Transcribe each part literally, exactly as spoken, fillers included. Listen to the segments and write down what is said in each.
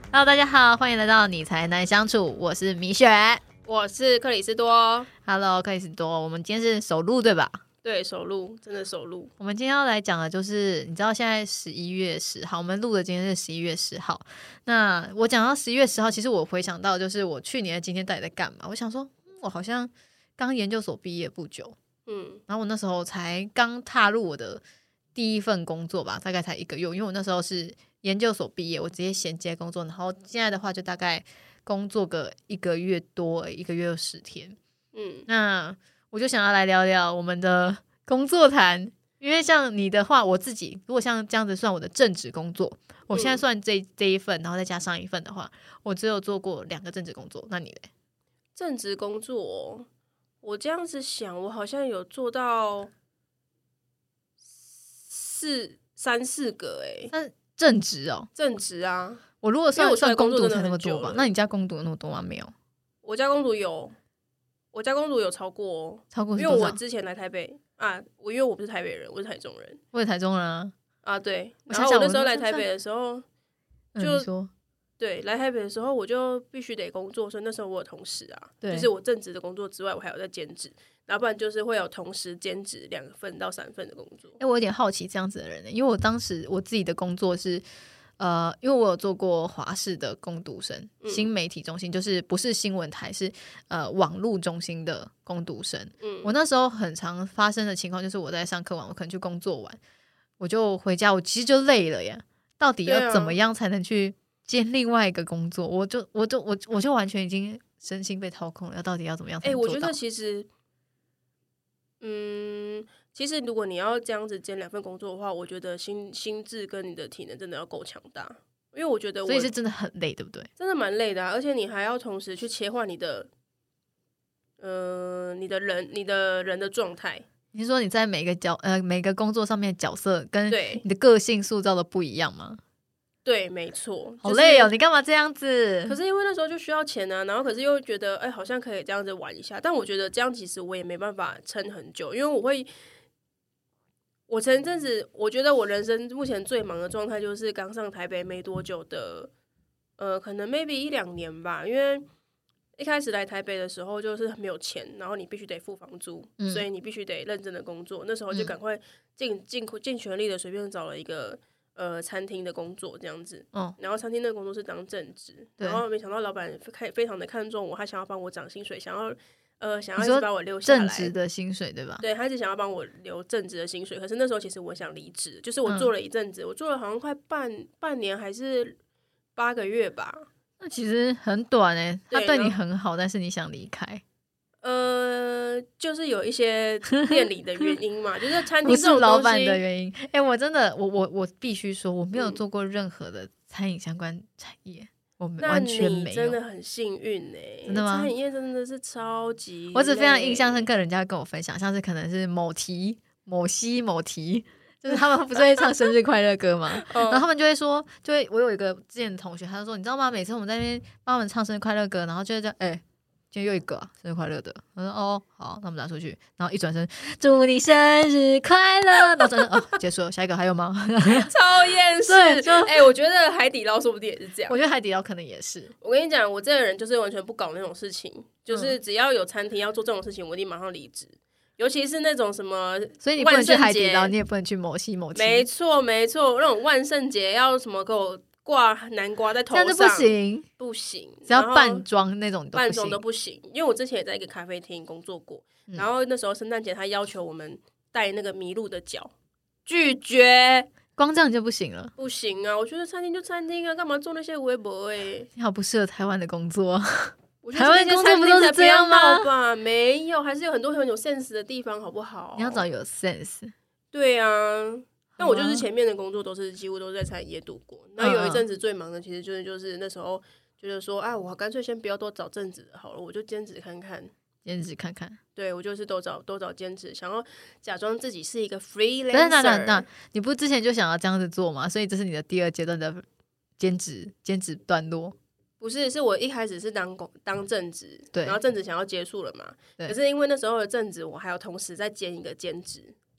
Hello， 大家好，欢迎来到你才难相处，我是米雪， 我是克里斯多。 Hello， 克里斯多，我们今天是首录对吧？ 对，首录，真的首录。 我们今天要来讲的就是，你知道现在十一月十号，我们录的今天是十一月十号。那我讲到十一月十号，其实我回想到就是我去年的今天到底在干嘛？我想说，嗯、我好像刚研究所毕业不久，嗯，然后我那时候才刚踏入我的第一份工作吧，大概才一个月，因为我那时候是研究所毕业，我直接衔接工作，然后现在的话就大概工作个一个月多，一个月有十天，嗯，那我就想要来聊聊我们的工作谈，因为像你的话，我自己如果像这样子算我的正职工作，我现在算这这一份，然后再加上一份的话，我只有做过两个正职工作。那你嘞？ 正职工作，我这样子想，我好像有做到四三四个哎、欸， 那正职哦， 正职啊。 我如果算我算工读才那么多吧？那你家工读有那么多吗？没有， 我家工读有。我家工读有超过、哦， 超过是因为我之前来台北啊，我因为我不是台北人，我是台中人， 我也台中人啊。 啊对， 我然后我那时候来台北的时候，就、 嗯、说对来台北的时候我就必须得工作，所以那时候我有同事啊，就是我正职的工作之外，我还有在兼职，要不然就是会有同时兼职两份到三份的工作。 哎、欸，我有点好奇这样子的人、欸，因为我当时我自己的工作是。呃，因为我有做过华视的工读生、嗯、新媒体中心，就是不是新闻台，是呃网路中心的工读生、嗯、我那时候很常发生的情况就是我在上课完，我可能去工作完我就回家，我其实就累了呀，到底要怎么样才能去兼另外一个工作、啊、我就我就我我就完全已经身心被掏空了，要到底要怎么样才能做到？ 欸、我觉得其实嗯其实如果你要这样子兼两份工作的话，我觉得心心智跟你的体能真的要够强大，因为我觉得我所以是真的很累，对不对？ 真的蛮累的、啊、而且你还要同时去切换你的呃你的人你的人的状态。 你是说你在每个角呃每个工作上面的角色跟你的个性塑造的不一样吗？ 对，没错。 好累哦、就是、你干嘛这样子？ 可是因为那时候就需要钱啊，然后可是又觉得哎、欸，好像可以这样子玩一下，但我觉得这样其实我也没办法撑很久，因为我会我前阵子我觉得我人生目前最忙的状态就是刚上台北没多久的呃，可能 maybe 一两年吧，因为一开始来台北的时候就是没有钱，然后你必须得付房租、嗯、所以你必须得认真的工作，那时候就赶快尽尽尽全力的随便找了一个呃餐厅的工作这样子、哦、然后餐厅的工作是当正职，然后没想到老板非常的看重我，他想要帮我涨薪水，想要呃，想要一直把我留下来， 正职的薪水对吧？ 对，他一直想要帮我留正职的薪水，可是那时候其实我想离职，就是我做了一阵子、嗯，我做了好像快半半年还是八个月吧。 那其实很短哎、欸，他对你很好，但是你想离开？ 呃，就是有一些店里的原因嘛，就是餐厅不是老板的原因。哎、欸，我真的，我我我必须说，我没有做过任何的餐饮相关产业。嗯，我完全没有， 真的很幸运欸， 真的吗？ 餐饮业真的是超级累， 我只非常印象深刻，人家会跟我分享，像是可能是某提、某西、某提，就是他们不是会唱生日快乐歌吗？然后他们就会说，就会我有一个之前的同学，他就说，你知道吗？每次我们在那边帮他们唱生日快乐歌，然后就会这样，哎、欸。今天又一个、啊、生日快乐的，我说哦好，那我们拿出去，然后一转身，祝你生日快乐，然后转身哦结束了，下一个还有吗？ 超厌世。哎、欸，我觉得海底捞说不定也是这样。 我觉得海底捞可能也是。 我跟你讲，我这个人就是完全不搞那种事情，就是只要有餐厅要做这种事情，我一定马上离职。尤其是那种什么， 所以你不能去海底捞，你也不能去某西某西。 没错没错，那种万圣节要什么给我挂南瓜在头上， 这样就不行， 不行， 只要扮装那种都不行， 扮装都不行。因为我之前也在一个咖啡厅工作过、嗯，然后那时候圣诞节他要求我们戴那个麋鹿的角，拒绝， 光这样就不行了， 不行啊！我觉得餐厅就餐厅啊，干嘛做那些微博？哎， 你好不适合台湾的工作。 我觉得台湾工作不都是这样吗？没有，还是有很多很有 sense 的地方，好不好？ 你要找有 sense。 对啊。但我就是前面的工作都是几乎都是在餐饮业度过，然后有一阵子最忙的其实就是就是那时候觉得说，哎，我干脆先不要多找正职好了，我就兼职看看， 兼职看看。 对，我就是都找都找兼职，想要假装自己是一个 freelancer。 那那那那，你不之前就想要这样子做吗？所以这是你的第二阶段的兼职兼职段落。 不是，是我一开始是当工当正职， 对， 然后正职想要结束了嘛，可是因为那时候的正职我还有同时在兼一个兼职。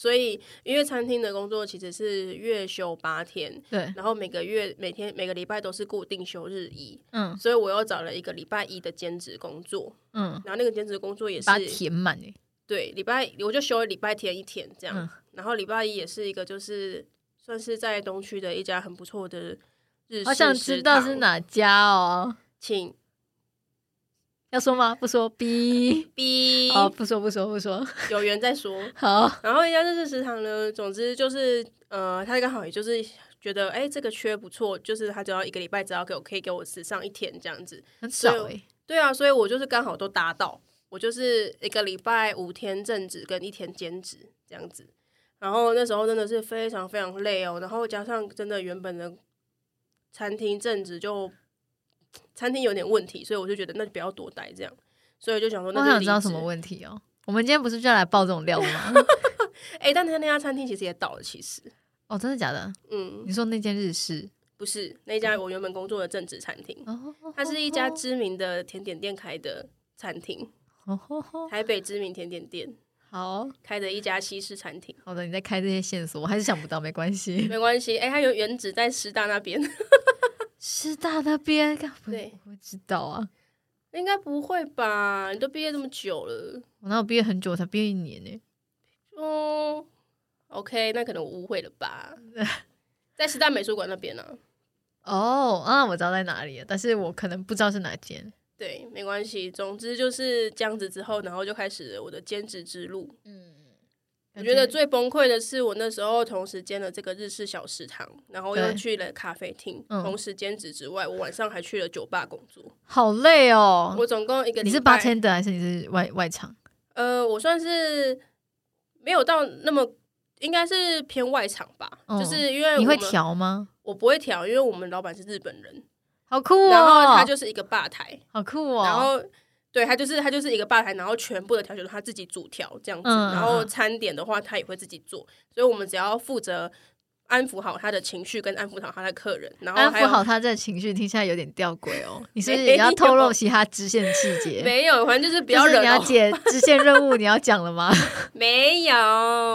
所以因为餐厅的工作其实是月休八天， 对， 然后每个月每天每个礼拜都是固定休日一， 嗯， 所以我又找了一个礼拜一的兼职工作， 嗯， 然后那个兼职工作也是把它填满哎， 对，礼拜我就休了礼拜天一天这样， 嗯然后礼拜一也是一个就是算是在东区的一家很不错的日式食堂。 好想知道是哪家哦， 请要说吗？不说，哔逼哦，不说不说不说， 有缘再说。 好， 然后一家日式食堂呢，总之就是呃，他刚好也就是觉得哎、欸、这个缺不错，就是他只要一个礼拜只要给我可以给我只上一天这样子， 很少哎、欸。 对啊，所以我就是刚好都达到，我就是一个礼拜五天正职跟一天兼职这样子。然后那时候真的是非常非常累哦，然后加上真的原本的餐厅正职就餐厅有点问题，所以我就觉得那就不要多待这样，所以就想说那就我想知道什么问题哦。我们今天不是就要来爆这种料的吗？ 哎、欸，但他那家餐厅其实也倒了，其实哦，真的假的？ 嗯， 你说那间日式？ 不是那家我原本工作的正职餐厅， 哦， 它是一家知名的甜点店开的餐厅， 哦， 台北知名甜点店。 好开的一家西式餐厅。 好的，你在开这些线索，我还是想不到，没关系， 没关系。哎、欸，它有原址在师大那边， 师大那边， 对， 我会知道啊， 应该不会吧？你都毕业这么久了， 我那我毕业很久，我才毕业一年呢。 嗯 ，OK， 那可能我误会了吧？在师大美术馆那边呢、 啊。哦，啊，我知道在哪里了，但是我可能不知道是哪间。 对，没关系。总之就是这样子之后，然后就开始了我的兼职之路。嗯，我觉得最崩溃的是，我那时候同时兼了这个日式小食堂，然后又去了咖啡厅，同时兼职之外，我晚上还去了酒吧工作， 好累哦。 我总共一个礼拜， 你是bartender还是你是外外场？ 呃，我算是没有到那么，应该是偏外场吧，嗯、就是因为你会调吗？ 我不会调，因为我们老板是日本人。 好酷哦！ 然后他就是一个吧台， 好酷哦！ 然后对他就是他就是一个吧台，然后全部的调酒都他自己主调这样子，嗯、然后餐点的话他也会自己做，所以我们只要负责安抚好他的情绪跟安抚好他的客人，然后安抚好他的情绪，听起来有点吊诡哦。你是不是也要透露其他支线细节？ 没有，反正就是不要惹。 你要解支线任务，你要讲了吗？ 没有。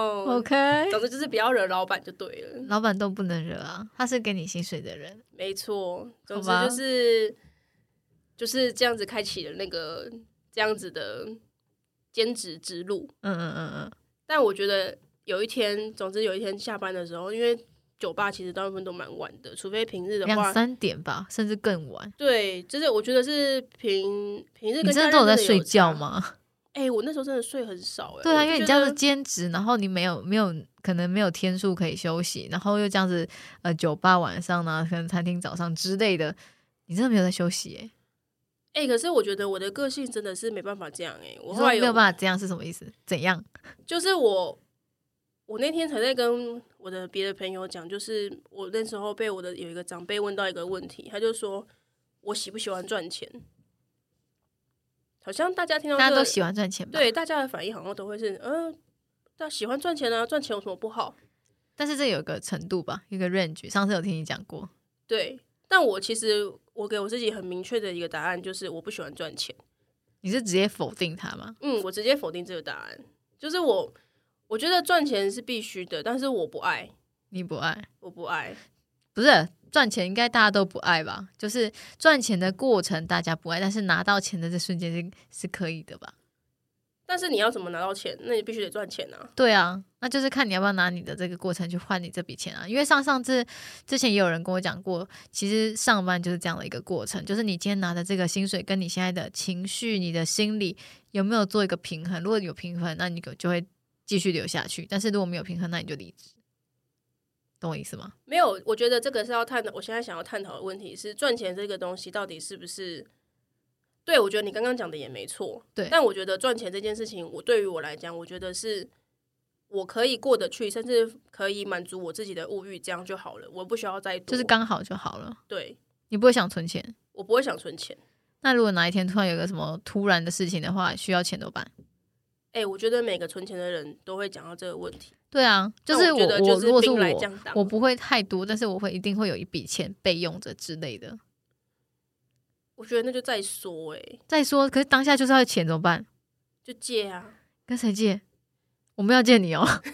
OK， 总之就是不要惹老板就对了。 老板都不能惹啊，他是给你薪水的人。 没错，总之就是就是这样子开启了那个这样子的兼职之路。 嗯嗯嗯嗯。 但我觉得有一天，总之有一天下班的时候，因为酒吧其实大部分都蛮晚的，除非平日的话两三点吧，甚至更晚。 对，就是我觉得是平平日跟你真的都有在睡觉吗？ 哎、欸，我那时候真的睡很少哎、欸。 对啊，因为你这样子兼职，然后你没有没有可能没有天数可以休息，然后又这样子呃酒吧晚上呢，可能餐厅早上之类的，你真的没有在休息哎、欸。 哎、欸，可是我觉得我的个性真的是没办法这样哎、欸。我后来有没有办法这样是什么意思？怎样？ 就是我我那天才在跟我的别的朋友讲，就是我那时候被我的有一个长辈问到一个问题，他就说我喜不喜欢赚钱？好像大家听到、这个、 大家都喜欢赚钱吧？ 对，大家的反应好像都会是，嗯、呃，大家喜欢赚钱啊，赚钱有什么不好？ 但是这有个程度吧，一个 range。上次有听你讲过， 对。但我其实我给我自己很明确的一个答案，就是我不喜欢赚钱。 你是直接否定它吗？ 嗯，我直接否定这个答案，就是我我觉得赚钱是必须的，但是我不爱。 你不爱？ 我不爱， 不是。赚钱应该大家都不爱吧？就是赚钱的过程大家不爱，但是拿到钱的这瞬间是是可以的吧？ 但是你要怎么拿到钱？那你必须得赚钱啊。 对啊，那就是看你要不要拿你的这个过程去换你这笔钱啊。因为上上次之前也有人跟我讲过，其实上班就是这样的一个过程，就是你今天拿的这个薪水跟你现在的情绪、你的心理有没有做一个平衡？如果有平衡，那你就会继续留下去；但是如果没有平衡，那你就离职。懂我意思吗？ 没有，我觉得这个是要探讨。我现在想要探讨的问题是，赚钱这个东西到底是不是？对，我觉得你刚刚讲的也没错。 对， 但我觉得赚钱这件事情，我对于我来讲，我觉得是我可以过得去，甚至可以满足我自己的物欲，这样就好了。我不需要再多， 就是刚好就好了。 对， 你不会想存钱？ 我不会想存钱。 那如果哪一天突然有个什么突然的事情的话，需要钱怎么办？ 哎、欸，我觉得每个存钱的人都会讲到这个问题。 对啊，就是我我我如果是我， 我不会太多，但是我会一定会有一笔钱备用着之类的。 我觉得那就再说哎、欸， 再说，可是当下就是要钱怎么办？ 就借啊， 跟谁借？我们要借你哦。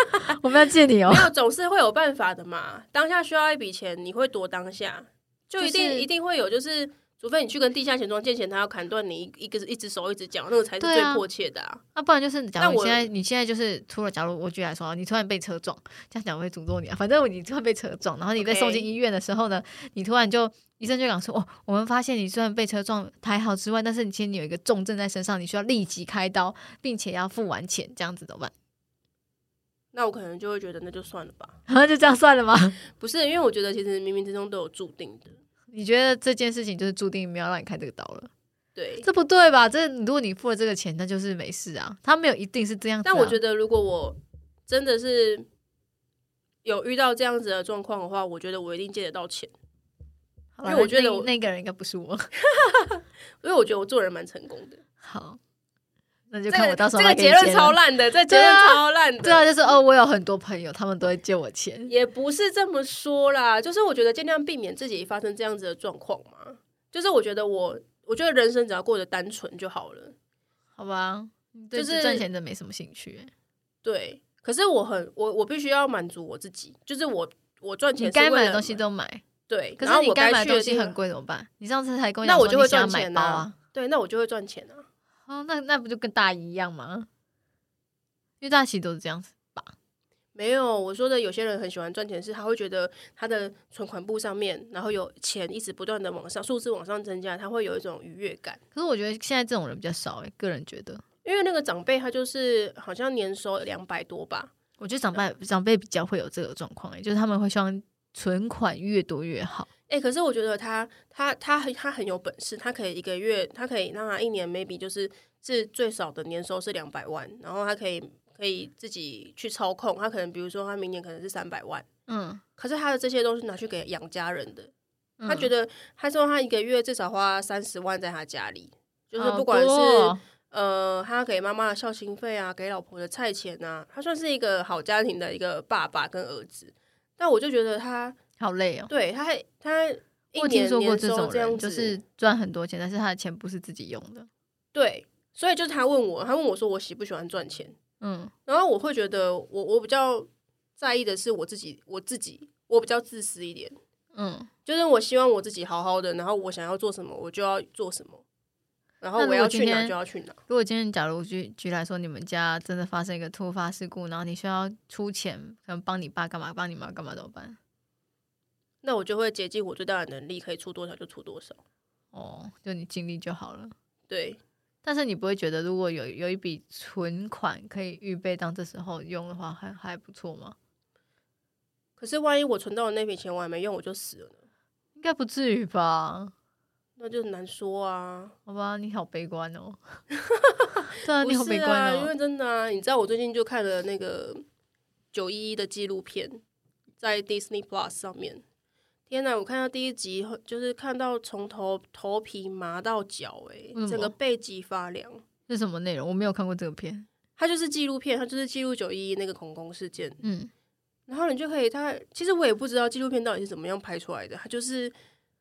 我们要借你哦。 没有，总是会有办法的嘛。当下需要一笔钱，你会夺当下，就一定、就是、一定会有，就是除非你去跟地下钱庄借钱，他要砍断你一个一只手一只脚，那个才是最迫切的啊。 那、啊啊、不然就是假如你现在你现在就是突然，假如我举来说，你突然被车撞，这样讲我会诅咒你啊。反正你突然被车撞，然后你被送进医院的时候呢， okay. 你突然就医生就讲说，哦，我们发现你虽然被车撞还好之外，但是你其实你有一个重症在身上，你需要立即开刀，并且要付完钱，这样子怎么办？ 那我可能就会觉得那就算了吧。 就这样算了吗？ 不是，因为我觉得其实冥冥之中都有注定的。 你觉得这件事情就是注定没有让你开这个刀了？ 对， 这不对吧？这如果你付了这个钱，那就是没事啊。他没有一定是这样子、啊。 但我觉得如果我真的是有遇到这样子的状况的话，我觉得我一定借得到钱。因为我觉得我那, 那个人应该不是我， 因为我觉得我做人蛮成功的。 好。那就看我到时候这个结论超烂的，这结论超烂的。 对啊，就是哦，我有很多朋友，他们都会借我钱。 也不是这么说啦，就是我觉得尽量避免自己发生这样子的状况嘛。就是我觉得我，我觉得人生只要过得单纯就好了， 好吧？就是赚钱真的没什么兴趣、欸。 对，可是我很我我必须要满足我自己，就是我我赚钱， 你该买的东西都买， 对。 可是你该买的东西很贵怎么办？你上次才跟我讲说你想要买包啊， 对，那我就会赚钱啊。 哦，那那不就跟大一一样吗？因为大家其实都是这样子吧。 没有，我说的有些人很喜欢赚钱，是他会觉得他的存款簿上面，然后有钱一直不断的往上，数字往上增加，他会有一种愉悦感。 可是我觉得现在这种人比较少、欸、个人觉得， 因为那个长辈他就是好像年收两百多吧。 我觉得长辈长辈比较会有这个状况、欸，就是他们会希望存款越多越好。 哎、欸，可是我觉得他他他他很有本事，他可以一个月，他可以让他一年 maybe 就是是最少的年收是两百万，然后他可以可以自己去操控，他可能比如说他明年可能是三百万，嗯，可是他的这些都是拿去给养家人的，嗯、他觉得他说他一个月至少花三十万在他家里，就是不管是、哦、呃他给妈妈的孝心费啊，给老婆的菜钱啊，他算是一个好家庭的一个爸爸跟儿子，但我就觉得他。 好累哦！ 对，他他一年我听说过这种人， 就是赚很多钱，但是他的钱不是自己用的。 对，所以就是他问我，他问我说我喜不喜欢赚钱？嗯，然后我会觉得我我比较在意的是我自己，我自己我比较自私一点。嗯，就是我希望我自己好好的，然后我想要做什么我就要做什么，然后我要去哪就要去哪。 如果今天假如举举来说，你们家真的发生一个突发事故，然后你需要出钱，可能帮你爸干嘛，帮你妈干嘛，怎么办？ 那我就会竭尽我最大的能力，可以出多少就出多少。 哦，就你尽力就好了。 对， 但是你不会觉得如果有有一笔存款可以预备当这时候用的话，还还不错吗？ 可是万一我存到的那笔钱我还没用，我就死了呢？ 应该不至于吧？ 那就很难说啊。 好吧，你好悲观哦。对啊，你好悲观哦。 因为真的啊，你知道我最近就看了那个九一一的纪录片，在 Disney Plus 上面。天哪！我看到第一集，就是看到从头头皮麻到脚、欸，哎，整个背脊发凉。 是什么内容？我没有看过这个片。 它就是纪录片，它就是记录九一一那个恐攻事件。嗯，然后你就可以，它其实我也不知道纪录片到底是怎么样拍出来的。它就是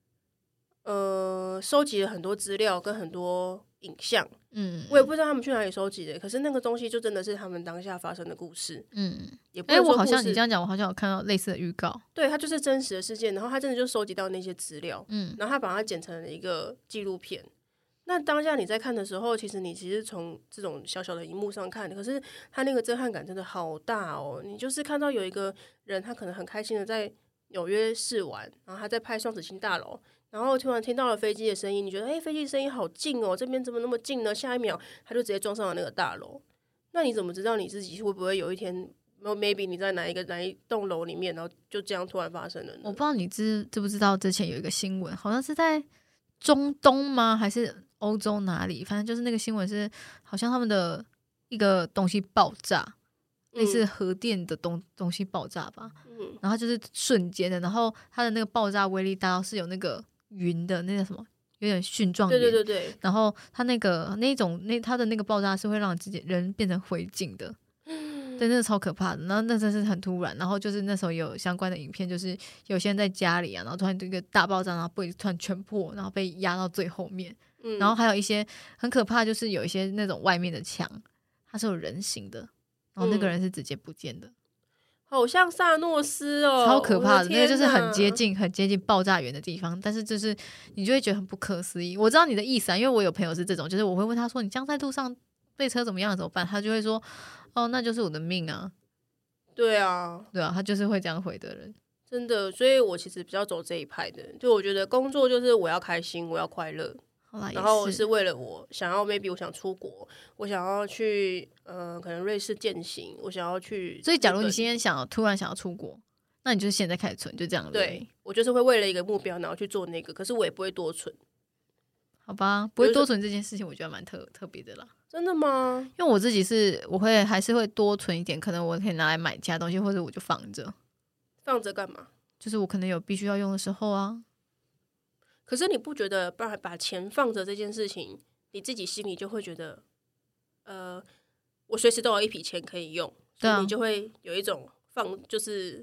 呃，收集了很多资料跟很多影像。嗯，我也不知道他们去哪里收集的，可是那个东西就真的是他们当下发生的故事。嗯，也不是说故事。欸，我好像你这样讲，我好像有看到类似的预告。 对，它就是真实的事件，然后他真的就收集到那些资料，嗯，然后他把它剪成了一个纪录片。那当下你在看的时候，其实你其实从这种小小的荧幕上看，可是他那个震撼感真的好大哦！你就是看到有一个人，他可能很开心的在纽约试玩，然后他在拍双子星大楼。然后突然听到了飞机的声音，你觉得哎，飞机的声音好近哦，这边怎么那么近呢？下一秒他就直接撞上了那个大楼。那你怎么知道你自己会不会有一天 maybe 你在哪一个哪一栋楼里面，然后就这样突然发生了呢？ 我不知道你知知不知道，之前有一个新闻，好像是在中东吗？还是欧洲哪里？反正就是那个新闻是，好像他们的一个东西爆炸，类似核电的东东西爆炸吧。嗯，然后就是瞬间的，然后它的那个爆炸威力大到是有那个。云的那个什么有点蕈状云， 对对对对， 然后它那个那种那它的那个爆炸是会让自己人变成灰烬的，对，那个超可怕的。然后那真是很突然，然后就是那时候有相关的影片，就是有些人在家里啊，然后突然一个大爆炸，然后被突然全破，然后被压到最后面，嗯，然后还有一些很可怕，就是有一些那种外面的墙它是有人形的，然后那个人是直接不见的。 好像萨诺斯哦， 超可怕的， 的那个就是很接近很接近爆炸源的地方，但是就是你就会觉得很不可思议。我知道你的意思啊，因为我有朋友是这种，就是我会问他说你这样在路上被车怎么样怎么办，他就会说哦那就是我的命啊。 对啊对啊，他就是会这样回的人， 真的，所以我其实比较走这一派的，就我觉得工作就是我要开心，我要快乐， 好啦， 然后也是为了我想要 maybe 我想出国，我想要去呃可能瑞士践行，我想要去， 所以假如你今天想要突然想要出国，那你就是现在开始存，就这样。 对，我就是会为了一个目标然后去做那个，可是我也不会多存。 好吧，不会多存这件事情我觉得蛮特特别的啦。 真的吗？ 因为我自己是我会还是会多存一点，可能我可以拿来买其他东西，或者我就放着。 放着干嘛？ 就是我可能有必须要用的时候啊。 可是你不觉得把把钱放着这件事情，你自己心里就会觉得，呃，我随时都有一笔钱可以用， 对啊， 所以你就会有一种放，就是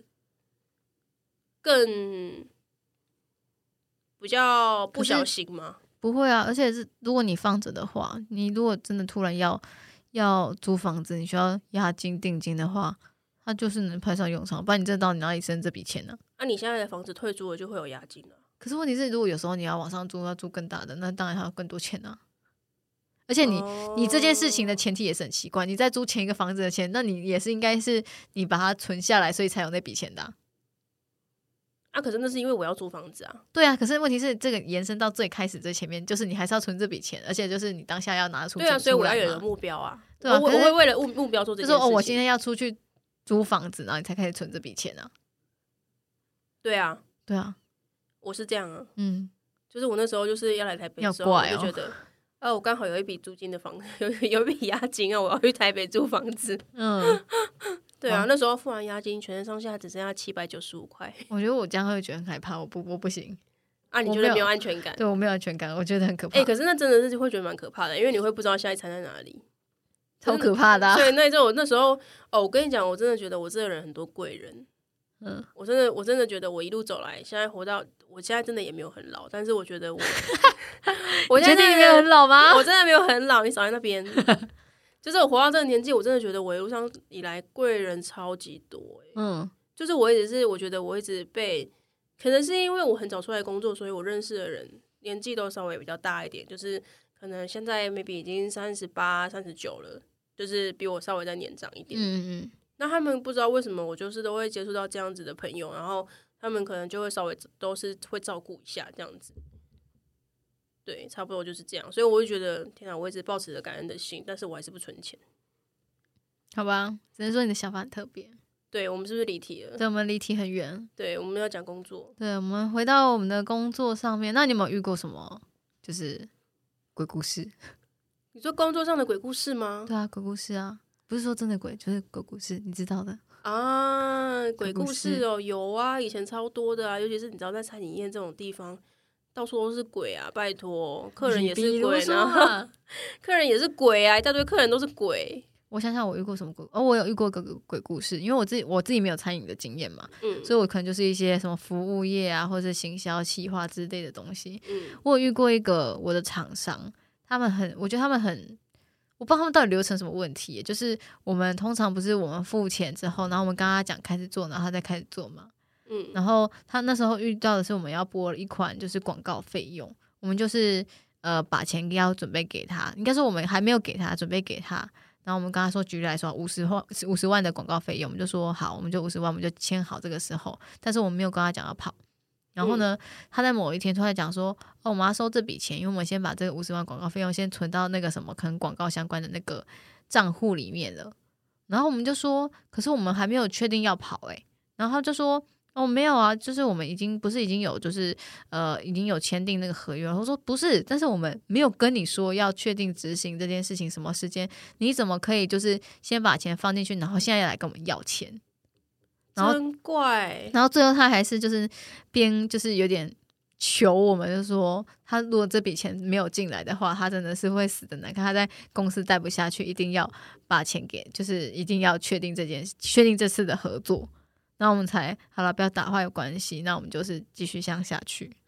更比较不小心吗？ 不会啊，而且是如果你放着的话，你如果真的突然要要租房子，你需要押金定金的话，它就是能派上用场，不然你真的到你哪里生这笔钱呢、 啊？啊，你现在的房子退租了就会有押金了。 可是问题是，如果有时候你要往上租，要租更大的，那当然还有更多钱啊。而且你、哦、你这件事情的前提也是很奇怪，你在租前一个房子的钱，那你也是应该是你把它存下来，所以才有那笔钱的啊。 啊，可是那是因为我要租房子啊。 对啊，可是问题是这个延伸到最开始最前面，就是你还是要存这笔钱，而且就是你当下要拿出钱出来嘛。对啊， 所以我要有一个目标啊。 对啊， 我我会为了目目标做这件事情。 就是说哦，我今天要出去租房子，然后你才开始存这笔钱啊。 对啊， 对啊， 我是这样啊。 嗯， 就是我那时候就是要来台北的时候， 要怪哦、 我就觉得，啊，我刚好有一笔租金的房，有有一笔押金啊，我要去台北租房子。嗯。对啊，那时候付完押金，全身上下只剩下七百九十五块。 我觉得我这样会觉得很害怕，我不我不行啊！你觉得没有安全感？ 对我没有安全感，我觉得很可怕。 哎、欸，可是那真的是会觉得蛮可怕的，因为你会不知道下一餐在哪里， 超可怕的、啊。 所以那时候我那时候哦，我跟你讲，我真的觉得我这个人很多贵人。嗯，我真的我真的觉得我一路走来，现在活到我现在真的也没有很老，但是我觉得我，我现在没有很老吗？ 我真的没有很老，你少在那边。就是我活到这个年纪，我真的觉得我一路上以来贵人超级多、欸、嗯，就是我一直是我觉得我一直被，可能是因为我很早出来工作，所以我认识的人年纪都稍微比较大一点，就是可能现在 maybe 已经三十八、三十九了，就是比我稍微再年长一点。嗯嗯。那他们不知道为什么我就是都会接触到这样子的朋友，然后他们可能就会稍微都是会照顾一下这样子。对，差不多就是这样，所以我就觉得，天啊，我一直抱持着感恩的心，但是我还是不存钱。 好吧，只能说你的想法很特别。 对，我们是不是离题了？ 对，我们离题很远。 对，我们要讲工作。 对，我们回到我们的工作上面。那你有没有遇过什么就是鬼故事？ 你说工作上的鬼故事吗？ 对啊，鬼故事啊，不是说真的鬼，就是鬼故事，你知道的啊。鬼故事哦，有啊，以前超多的啊，尤其是你知道在餐饮业这种地方。到处都是鬼啊！拜托，客人也是鬼呢，客人也是鬼啊！一大堆客人都是鬼。 我想想，我遇过什么鬼？哦，我有遇过个鬼故事，因为我自己我自己没有餐饮的经验嘛，嗯，所以我可能就是一些什么服务业啊，或者是行销企划之类的东西。嗯，我有遇过一个我的厂商，他们很，我觉得他们很，我不知道他们到底流程什么问题，就是我们通常不是我们付钱之后，然后我们跟他讲开始做，然后他再开始做嘛。嗯，然后他那时候遇到的是我们要拨了一款就是广告费用，我们就是呃把钱要准备给他，应该说我们还没有给他，准备给他，然后我们跟他说举例来说五十万五十万的广告费用，我们就说好，我们就五十万，我们就签好这个时候，但是我们没有跟他讲要跑。然后呢，嗯、他在某一天突然讲说，哦，我们要收这笔钱，因为我们先把这个五十万广告费用先存到那个什么可能广告相关的那个账户里面了。然后我们就说，可是我们还没有确定要跑哎、欸，然后他就说。哦，没有啊，就是我们已经不是已经有就是呃已经有签订那个合约了。我说不是，但是我们没有跟你说要确定执行这件事情什么时间，你怎么可以就是先把钱放进去，然后现在要来跟我们要钱？然后真怪。 然后最后他还是就是边就是有点求我们，就说他如果这笔钱没有进来的话，他真的是会死的难看，他在公司待不下去，一定要把钱给，就是一定要确定这件确定这次的合作。那我们才好了，不要打坏有关系。那我们就是继续向下去。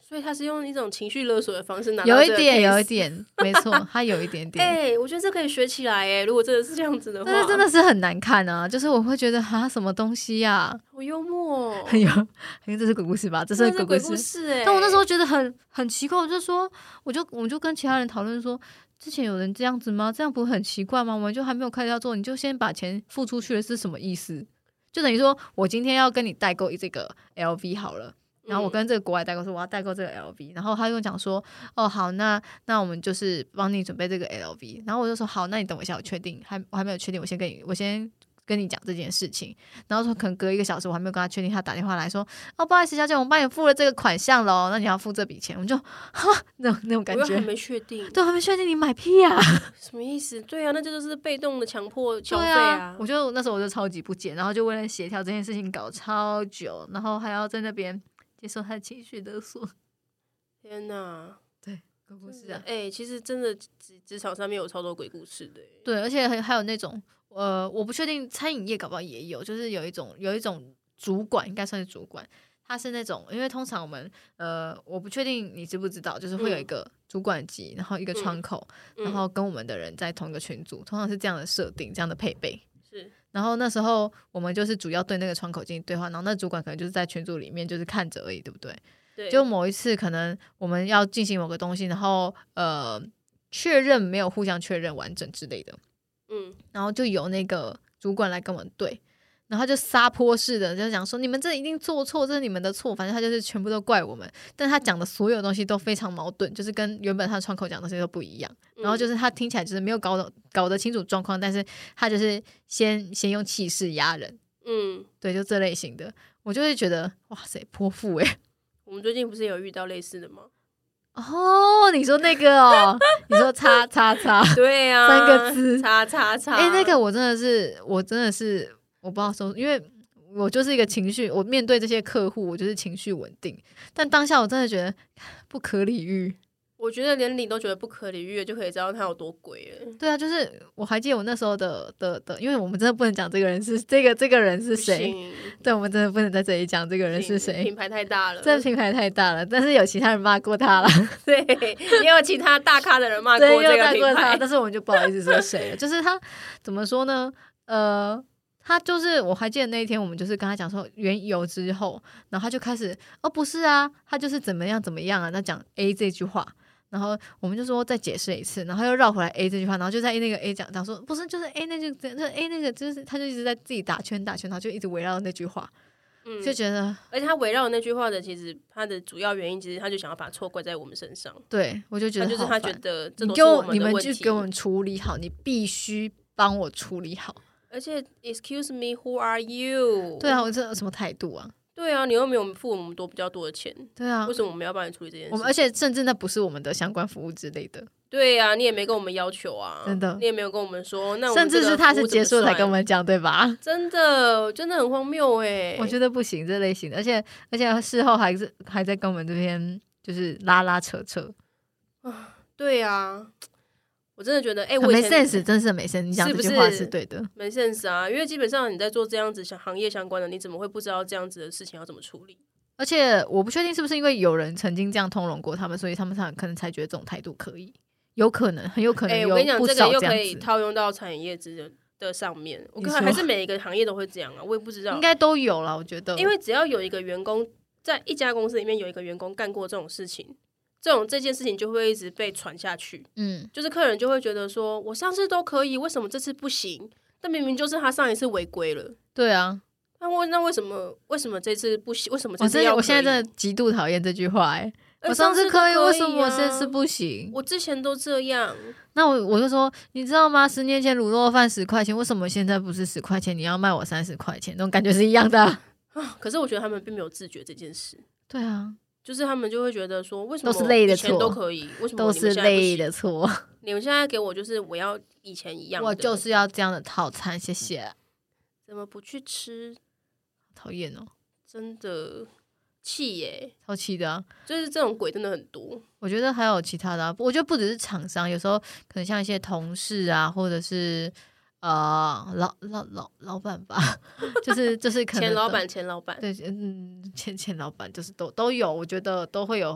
所以他是用一种情绪勒索的方式拿到有一这个 case， 点有一点没错，他有一点点哎、欸，我觉得这可以学起来哎，如果真的是这样子的话， 但是真的是很难看啊，就是我会觉得哈什么东西呀、啊， 好幽默、哦， 很有，因为这是鬼故事吧，这是鬼故事， 鬼故事哎、欸， 但我那时候觉得很很奇怪，我就说，我就我就跟其他人讨论说，之前有人这样子吗？这样不会很奇怪吗？我们就还没有开始要做，你就先把钱付出去了，是什么意思？就等于说我今天要跟你代购这个 L V 好了。然后我跟这个国外代购说我要代购这个 L V， 然后他就跟我讲说，哦好，那那我们就是帮你准备这个 L V， 然后我就说好，那你等我一下，我确定还我还没有确定，我先跟你我先跟你讲这件事情，然后说可能隔一个小时我还没有跟他确定，他打电话来说，哦不好意思小姐，我们帮你付了这个款项咯，那你要付这笔钱，我就哈那种那种感觉， 我还没确定， 对，还没确定，你买屁啊？ 什么意思？对啊，那这就是被动的强迫消费啊。 啊！ 我就那时候我就超级不解，然后就为了协调这件事情搞超久，然后还要在那边接受他的情绪勒索。 天哪， 对，鬼故事啊！ 哎、欸，其实真的职职场上面有超多鬼故事的。 对，而且还还有那种呃，我不确定餐饮业搞不好也有，就是有一种有一种主管，应该算是主管，他是那种，因为通常我们呃，我不确定你知不知道，就是会有一个主管级，然后一个窗口， 嗯、 然后跟我们的人在同一个群组，通常是这样的设定，这样的配备。 是。 然后那时候我们就是主要对那个窗口进行对话，然后那主管可能就是在群组里面就是看着而已，对不对？ 对。 就某一次可能我们要进行某个东西，然后呃确认没有互相确认完整之类的， 嗯， 然后就由那个主管来跟我们对，然后他就撒泼似的就讲说你们这一定做错，这是你们的错，反正他就是全部都怪我们，但他讲的所有东西都非常矛盾，就是跟原本他的窗口讲的东西都不一样，然后就是他听起来就是没有搞得搞得清楚状况，但是他就是先先用气势压人， 嗯， 对，就这类型的，我就会觉得哇塞泼妇欸。 我们最近不是有遇到类似的吗？ 哦，你说那个哦，你说叉叉叉， 对啊， 三个字， 叉叉叉。 哎、欸，那个我真的是，我真的是，我不知道说，因为我就是一个情绪，我面对这些客户，我就是情绪稳定，但当下我真的觉得不可理喻。 我觉得连你都觉得不可理喻，就可以知道他有多鬼了。 对啊，就是我还记得我那时候的的的，因为我们真的不能讲这个人是这个这个人是谁，对，我们真的不能在这里讲这个人是谁， 品牌太大了， 这品牌太大了，但是有其他人骂过他了， 对，也有其他大咖的人骂过这个品牌， 但是我们就不好意思说谁了。就是他怎么说呢？呃，他就是我还记得那一天，我们就是跟他讲说缘由之后，然后他就开始哦不是啊，他就是怎么样怎么样啊，他讲 A 这句话。然后我们就说再解释一次，然后又绕回来 A 这句话，然后就在那个 A 讲讲说不是就是 A 那就那 A 那个就是他就一直在自己打圈打圈，然后就一直围绕那句话，嗯，就觉得， 而且他围绕那句话的其实他的主要原因，其实他就想要把错怪在我们身上。 对，我就觉得他就是他觉得这你给我你们就给我们处理好，你必须帮我处理好。 而且 ，Excuse me, who are you？ 对啊，我这有什么态度啊？ 对啊，你又没有付我们多比较多的钱， 对啊， 为什么我们要帮你处理这件事？ 我们而且甚至那不是我们的相关服务之类的。 对啊，你也没跟我们要求啊， 真的， 你也没有跟我们说，那我甚至是他是结束才跟我们讲，对吧？ 真的，真的很荒谬哎、欸！ 我觉得不行这类型的，而且而且事后还是还在跟我们这边就是拉拉扯扯啊，对啊。我真的觉得，哎、欸，我没 sense， 真是没 sense。你讲这句话是对的， 没 sense 啊！因为基本上你在做这样子行业相关的，你怎么会不知道这样子的事情要怎么处理？ 而且我不确定是不是因为有人曾经这样通融过他们，所以他们才可能才觉得这种态度可以，有可能，很有可能有不少这样子。 欸、我跟你讲，这个又可以套用到产业之的上面。我看还是每一个行业都会这样啊，我也不知道， 应该都有啦，我觉得。 因为只要有一个员工在一家公司里面有一个员工干过这种事情。这种这件事情就会一直被传下去，嗯，就是客人就会觉得说，我上次都可以，为什么这次不行？但明明就是他上一次违规了， 对啊， 那为那为什么为什么这次不行？为什么这次要可以？ 我现在真的极度讨厌这句话、欸，哎、 欸， 我上次可以， 啊、 为什么我这次不行？ 我之前都这样， 那我我就说，你知道吗？十年前卤肉饭十块钱，为什么现在不是十块钱？你要卖我三十块钱，那种感觉是一样的啊。 可是我觉得他们并没有自觉这件事。 对啊。 就是他们就会觉得说，为什么都是累的错， 都可以，为什么都是累的错？ 你们现在给我就是我要以前一样的， 我就是要这样的套餐，谢谢。 怎么不去吃？ 讨厌哦， 真的气耶， 超气的啊！ 就是这种鬼真的很多。 我觉得还有其他的、啊，我觉得不只是厂商，有时候可能像一些同事啊，或者是。呃，老老老老板吧，就是就是可能前老板前老板， 对，嗯，前前老板就是都都有，我觉得都会有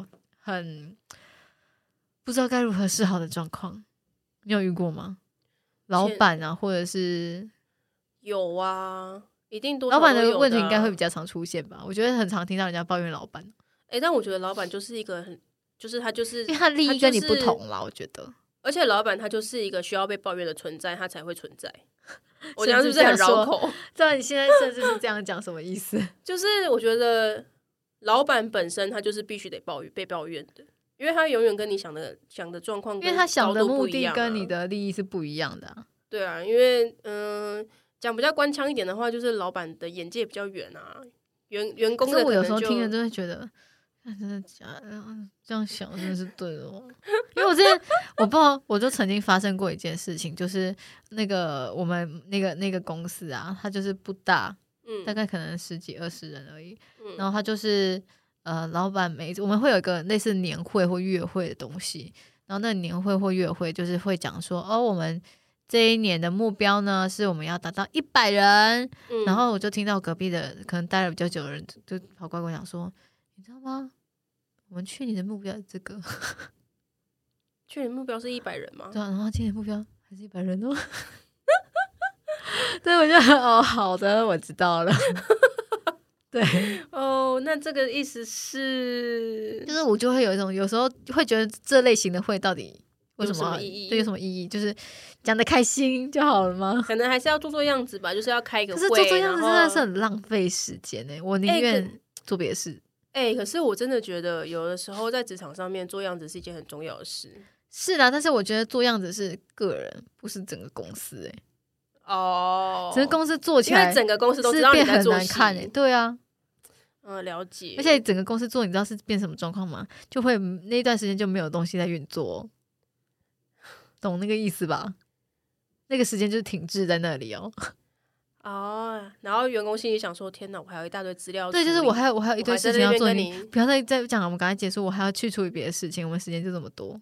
很不知道该如何是好的状况，你有遇过吗？老板啊，或者是有啊，一定多少老板的都有的啊问题应该会比较常出现吧？我觉得很常听到人家抱怨老板， 哎、但我觉得老板就是一个很，就是他就是因为他利益跟你不同啦，我觉得。 而且老板他就是一个需要被抱怨的存在，他才会存在。我讲是不是很绕口？ 对啊，你现在甚至是这样讲，什么意思？ 就是我觉得老板本身他就是必须得抱怨被抱怨的，因为他永远跟你想的想的状况， 因为他想的目的啊、 跟你的利益是不一样的、啊。 对啊，因为嗯，讲、呃、比较官腔一点的话，就是老板的眼界比较远啊，员员工的可能就。 可是我有时候听了真的觉得。真的假的？这样想真的是对的哦。因为我之前我不知道，我就曾经发生过一件事情，就是那个我们那个那个公司啊，它就是不大，嗯，大概可能十几二十人而已。嗯、然后他就是呃，老板每我们会有一个类似年会或月会的东西，然后那年会或月会就是会讲说，哦，我们这一年的目标呢是我们要达到一百人、嗯。然后我就听到隔壁的可能待了比较久的人就跑过来跟我讲说。你知道吗？我们去年的目标是这个， 去年目标是一百人吗？ 对啊，然后今年目标还是一百人哦。对，我就哦，好的，我知道了。对， 哦，那这个意思是， 就是我就会有一种，有时候会觉得这类型的会到底为什么有什么意义？ 对，有什么意义？就是讲得开心就好了吗？ 可能还是要做做样子吧，就是要开一个会。 可是做做样子真的是很浪费时间呢、欸，我宁愿做别的事。 哎、欸，可是我真的觉得有的时候在职场上面做样子是一件很重要的事。 是啦，但是我觉得做样子是个人，不是整个公司、欸。哦，整个公司做起来， 因为整个公司都知道你在做戏， 很难看欸。对啊， 嗯，了解。 而且整个公司做，你知道是变什么状况吗？就会那段时间就没有东西在运作，懂那个意思吧？那个时间就是停滞在那里哦。 哦，然后员工心里想说：“天哪，我还有一大堆资料。” 对，就是我还有我还有一堆事情要做，你不要再再讲了，我们赶快结束，我还要去处理别的事情，我们时间就这么多。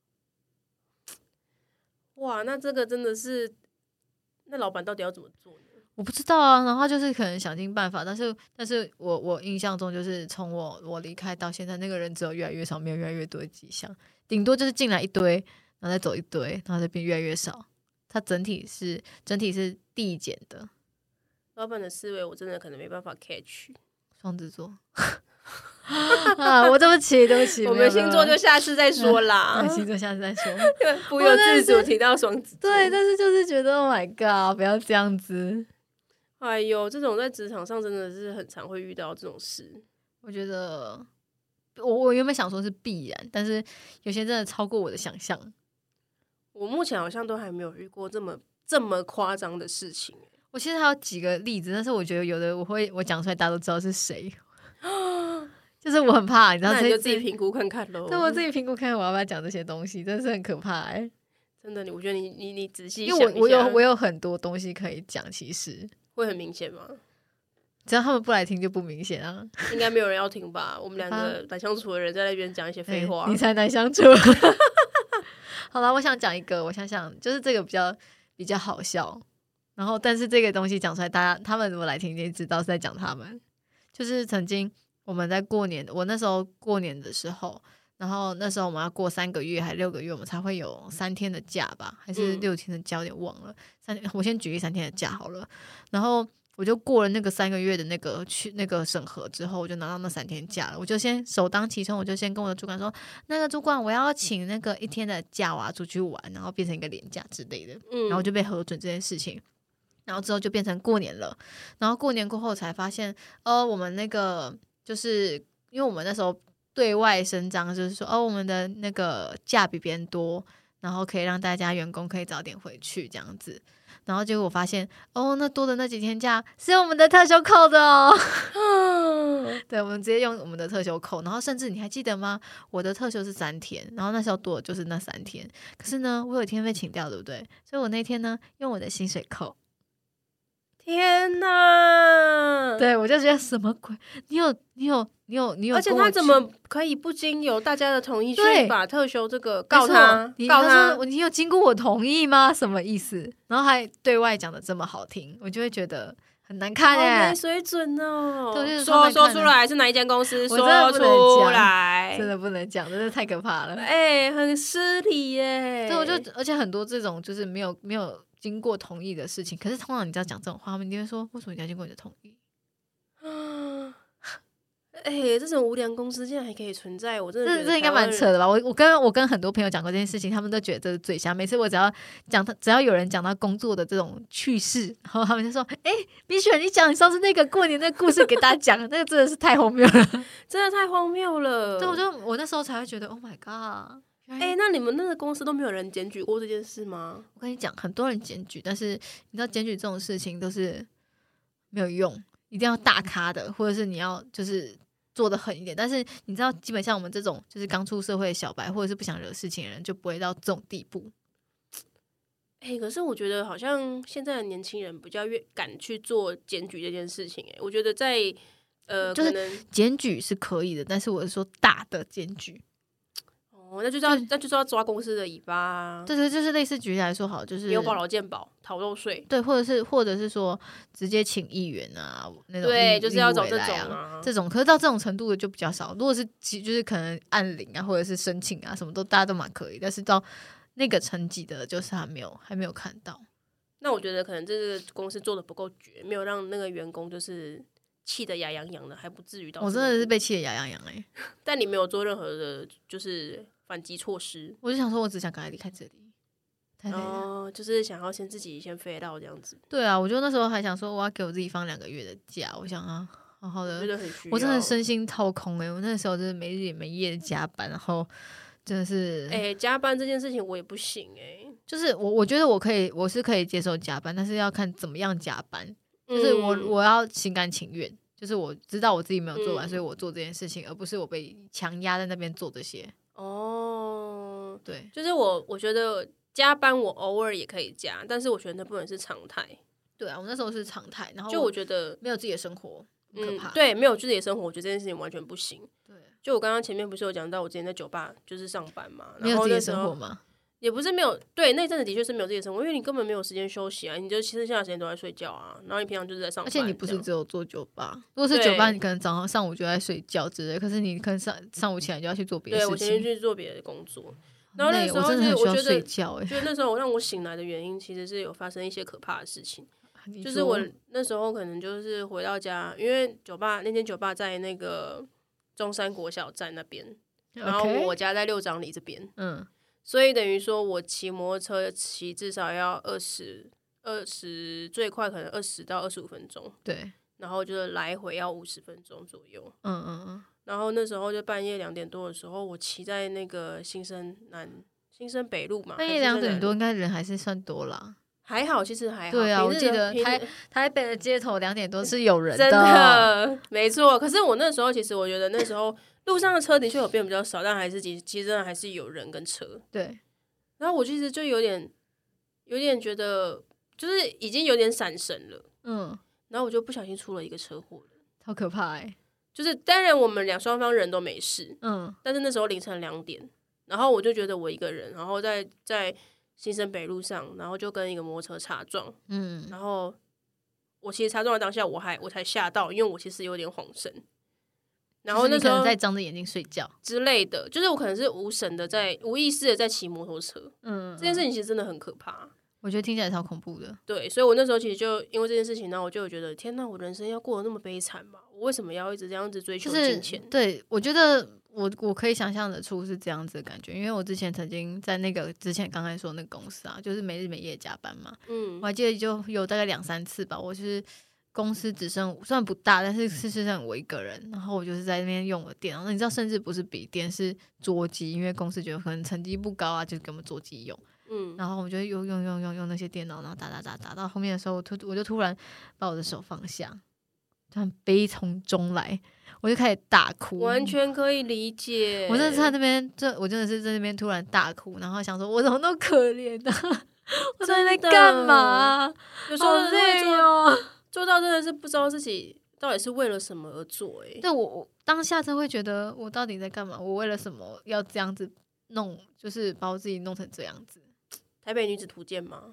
哇，那这个真的是，那老板到底要怎么做呢？ 我不知道啊，然后就是可能想尽办法，但是但是我我印象中就是从我我离开到现在，那个人只有越来越少，没有越来越多的迹象，顶多就是进来一堆，然后再走一堆，然后再变越来越少。它整体是整体是递减的。 老板的思维我真的可能没办法 catch。 双子座啊，我对不起对不起， 我们星座就下次再说啦。 对，星座下次再说。 不由自主提到双子座， 对，但是就是觉得 Oh my God， 不要这样子。 哎呦，这种在职场上真的是很常会遇到这种事。 我觉得我我原本想说是必然，但是有些真的超过我的想象。 我目前好像都还没有遇过这么这么夸张的事情。 我其实还有几个例子，但是我觉得有的我会我讲出来大家都知道是谁。就是我很怕，你知道， 那你就自己评估看看咯。 对，我自己评估看看我要不要讲这些东西，真的是很可怕哎、欸。 真的，我觉得你你你仔细想一下， 因为我我有我有很多东西可以讲，其实会很明显吗？ 只要他们不来听就不明显啊。 应该没有人要听吧？我们两个难相处的人在那边讲一些废话、 欸，你才难相处。好了，我想讲一个，我想想，就是这个比较比较好笑。然后，但是这个东西讲出来，大家他们如果来听，就知道是在讲他们。就是曾经我们在过年，我那时候过年的时候，然后那时候我们要过三个月还六个月，我们才会有三天的假吧，还是六天的假，有点忘了。三，我先举例三天的假好了。然后我就过了那个三个月的那个去那个审核之后，我就拿到那三天假了。我就先首当其冲，我就先跟我的主管说，那个主管我要请那个一天的假，我要出去玩，然后变成一个连假之类的。然后就被核准这件事情。然后之后就变成过年了，然后过年过后才发现，哦，我们那个就是因为我们那时候对外声张，就是说，哦，我们的那个假比别人多，然后可以让大家员工可以早点回去这样子。然后结果我发现，哦，那多的那几天假是用我们的特休扣的哦。对，我们直接用我们的特休扣，然后甚至你还记得吗？我的特休是三天，然后那时候多的就是那三天。可是呢，我有一天被请掉，对不对？所以我那天呢用我的薪水扣。 天哪！ 对，我就觉得什么鬼？你有你有你有你有， 而且他怎么可以不经由大家的同意去把特休这个告他？ 你告他， 你有经过我同意吗？什么意思？然后还对外讲的这么好听，我就会觉得很难看耶、 欸，没水准哦。 对， 说说出来是哪一间公司？说出来， 真的不能讲，真的太可怕了。 哎、欸，很失礼耶。 对，我就而且很多这种就是没有没有经过同意的事情，可是通常你只要讲这种话，他们一定会说为什么你要经过你的同意？ 哎、欸，这种无良公司竟然还可以存在，我真的觉得这这应该蛮扯的吧？我我跟我跟很多朋友讲过这件事情，他们都觉得这是最瞎。每次我只要讲，只要有人讲到工作的这种趣事，然后他们就说：“哎、欸，米雪，你讲你上次那个过年的故事给大家讲，那个真的是太荒谬了， 真的太荒谬了。” 对，我就我那时候才会觉得 ，Oh my god！ 哎、欸，那你们那个公司都没有人检举过这件事吗？ 我跟你讲，很多人检举，但是你知道检举这种事情都是没有用，一定要大咖的，或者是你要就是做的狠一点。但是你知道，基本上我们这种就是刚出社会的小白，或者是不想惹事情的人，就不会到这种地步。 哎、欸，可是我觉得好像现在的年轻人比较越敢去做检举这件事情、欸。哎，我觉得在呃， 就是检举是可以的，但是我是说大的检举。 哦，那就是要那就是要抓公司的尾巴、啊。 对对，就是类似举例来说好，就是没有保劳健保、逃漏税， 对，或者是或者是说直接请议员啊那种， 对，就是要找这种啊，这种。可是到这种程度的就比较少。如果是就是可能按铃啊，或者是申请啊，什么都大家都蛮可以，但是到那个层级的，就是还没有还没有看到。 那我觉得可能这个公司做的不够绝，没有让那个员工就是气得牙痒痒的，还不至于到。 我真的是被气得牙痒痒哎！ 但你没有做任何的，就是反击措施。 我就想说，我只想赶快离开这里。太累了。 哦，就是想要先自己先飞到这样子。 对啊，我就那时候还想说，我要给我自己放两个月的假。我想啊，好好的， 我觉得很需要。 我真的身心掏空哎、欸！我那时候真的没日没夜的加班，然后真的是哎、欸，加班这件事情我也不行哎、欸。 就是我我觉得我可以，我是可以接受加班，但是要看怎么样加班。就是我、嗯、我要心甘情愿，就是我知道我自己没有做完，嗯、所以我做这件事情，而不是我被强压在那边做这些。 哦， 对， 就是我我觉得加班我偶尔也可以加，但是我觉得那不能是常态。 对啊，我那时候是常态，然后就我觉得没有自己的生活很可怕、 嗯。对，没有自己的生活，我觉得这件事情完全不行。 对， 就我刚刚前面不是有讲到，我之前在酒吧就是上班嘛， 没有自己的生活吗？ 也不是没有，对，那阵子的确是没有自己的生活，因为你根本没有时间休息啊，你就其实剩下的时间都在睡觉啊，然后你平常就是在上班。 而且你不是只有做酒吧，如果是酒吧，你可能早上上午就在睡觉之类，可是你可能上上午起来就要去做别的事情。 对，我前天去做别的工作，然后那时候我真的很需要睡觉、欸。 觉得那时候我让我醒来的原因，其实是有发生一些可怕的事情。就是我那时候可能就是回到家，因为酒吧那间酒吧在那个中山国小站那边， okay? 然后我家在六张里这边， 嗯。 所以等于说我骑摩托车骑至少要二十二十，最快可能二十到二十五分钟。 对， 然后就是来回要五十分钟左右。 嗯嗯嗯。 然后那时候就半夜两点多的时候，我骑在那个新生南新生北路嘛。 半夜两点多，应该人还是算多啦。 还好，其实还好。 对啊，我记得台台北的街头两点多是有人的， 真的没错。可是我那时候其实我觉得那时候。路上的车的确有变比较少，但还是其其实真的还是有人跟车。 对， 然后我其实就有点有点觉得，就是已经有点闪神了。嗯，然后我就不小心出了一个车祸了， 好可怕哎、欸！ 就是当然我们两双方人都没事，嗯，但是那时候凌晨两点，然后我就觉得我一个人，然后在在新生北路上，然后就跟一个摩托车擦撞，嗯，然后我其实擦撞的当下，我还我才吓到，因为我其实有点恍神。然后那时候可能在张着眼睛睡觉之类的，就是我可能是无神的在无意识的在骑摩托车，嗯，这件事情其实真的很可怕， 我觉得听起来超恐怖的。 对，所以我那时候其实就因为这件事情，然后我就觉得天哪，我人生要过得那么悲惨吗？我为什么要一直这样子追求金钱？ 就是、对，我觉得我我可以想象得出是这样子的感觉，因为我之前曾经在那个之前刚才说那个公司啊，就是没日没夜加班嘛，嗯，我还记得就有大概两三次吧，我就是公司只剩虽然不大，但是是剩我一个人，然后我就是在那边用我的电脑，那你知道甚至不是笔电是桌机，因为公司觉得可能成绩不高啊，就给我们桌机用。嗯，然后我就用用用用用那些电脑，然后打打打打到后面的时候，我突我就突然把我的手放下，突然悲从中来，我就开始大哭， 完全可以理解。 我真的是在那边，这我真的是在那边突然大哭，然后想说，我怎么那么可怜呢、啊？我在那干嘛？ 有时候好累哦， 做到真的是不知道自己到底是为了什么而做、欸。哎， 对我我当下真会觉得，我到底在干嘛？我为了什么要这样子弄？就是把我自己弄成这样子。 台北女子图鉴吗？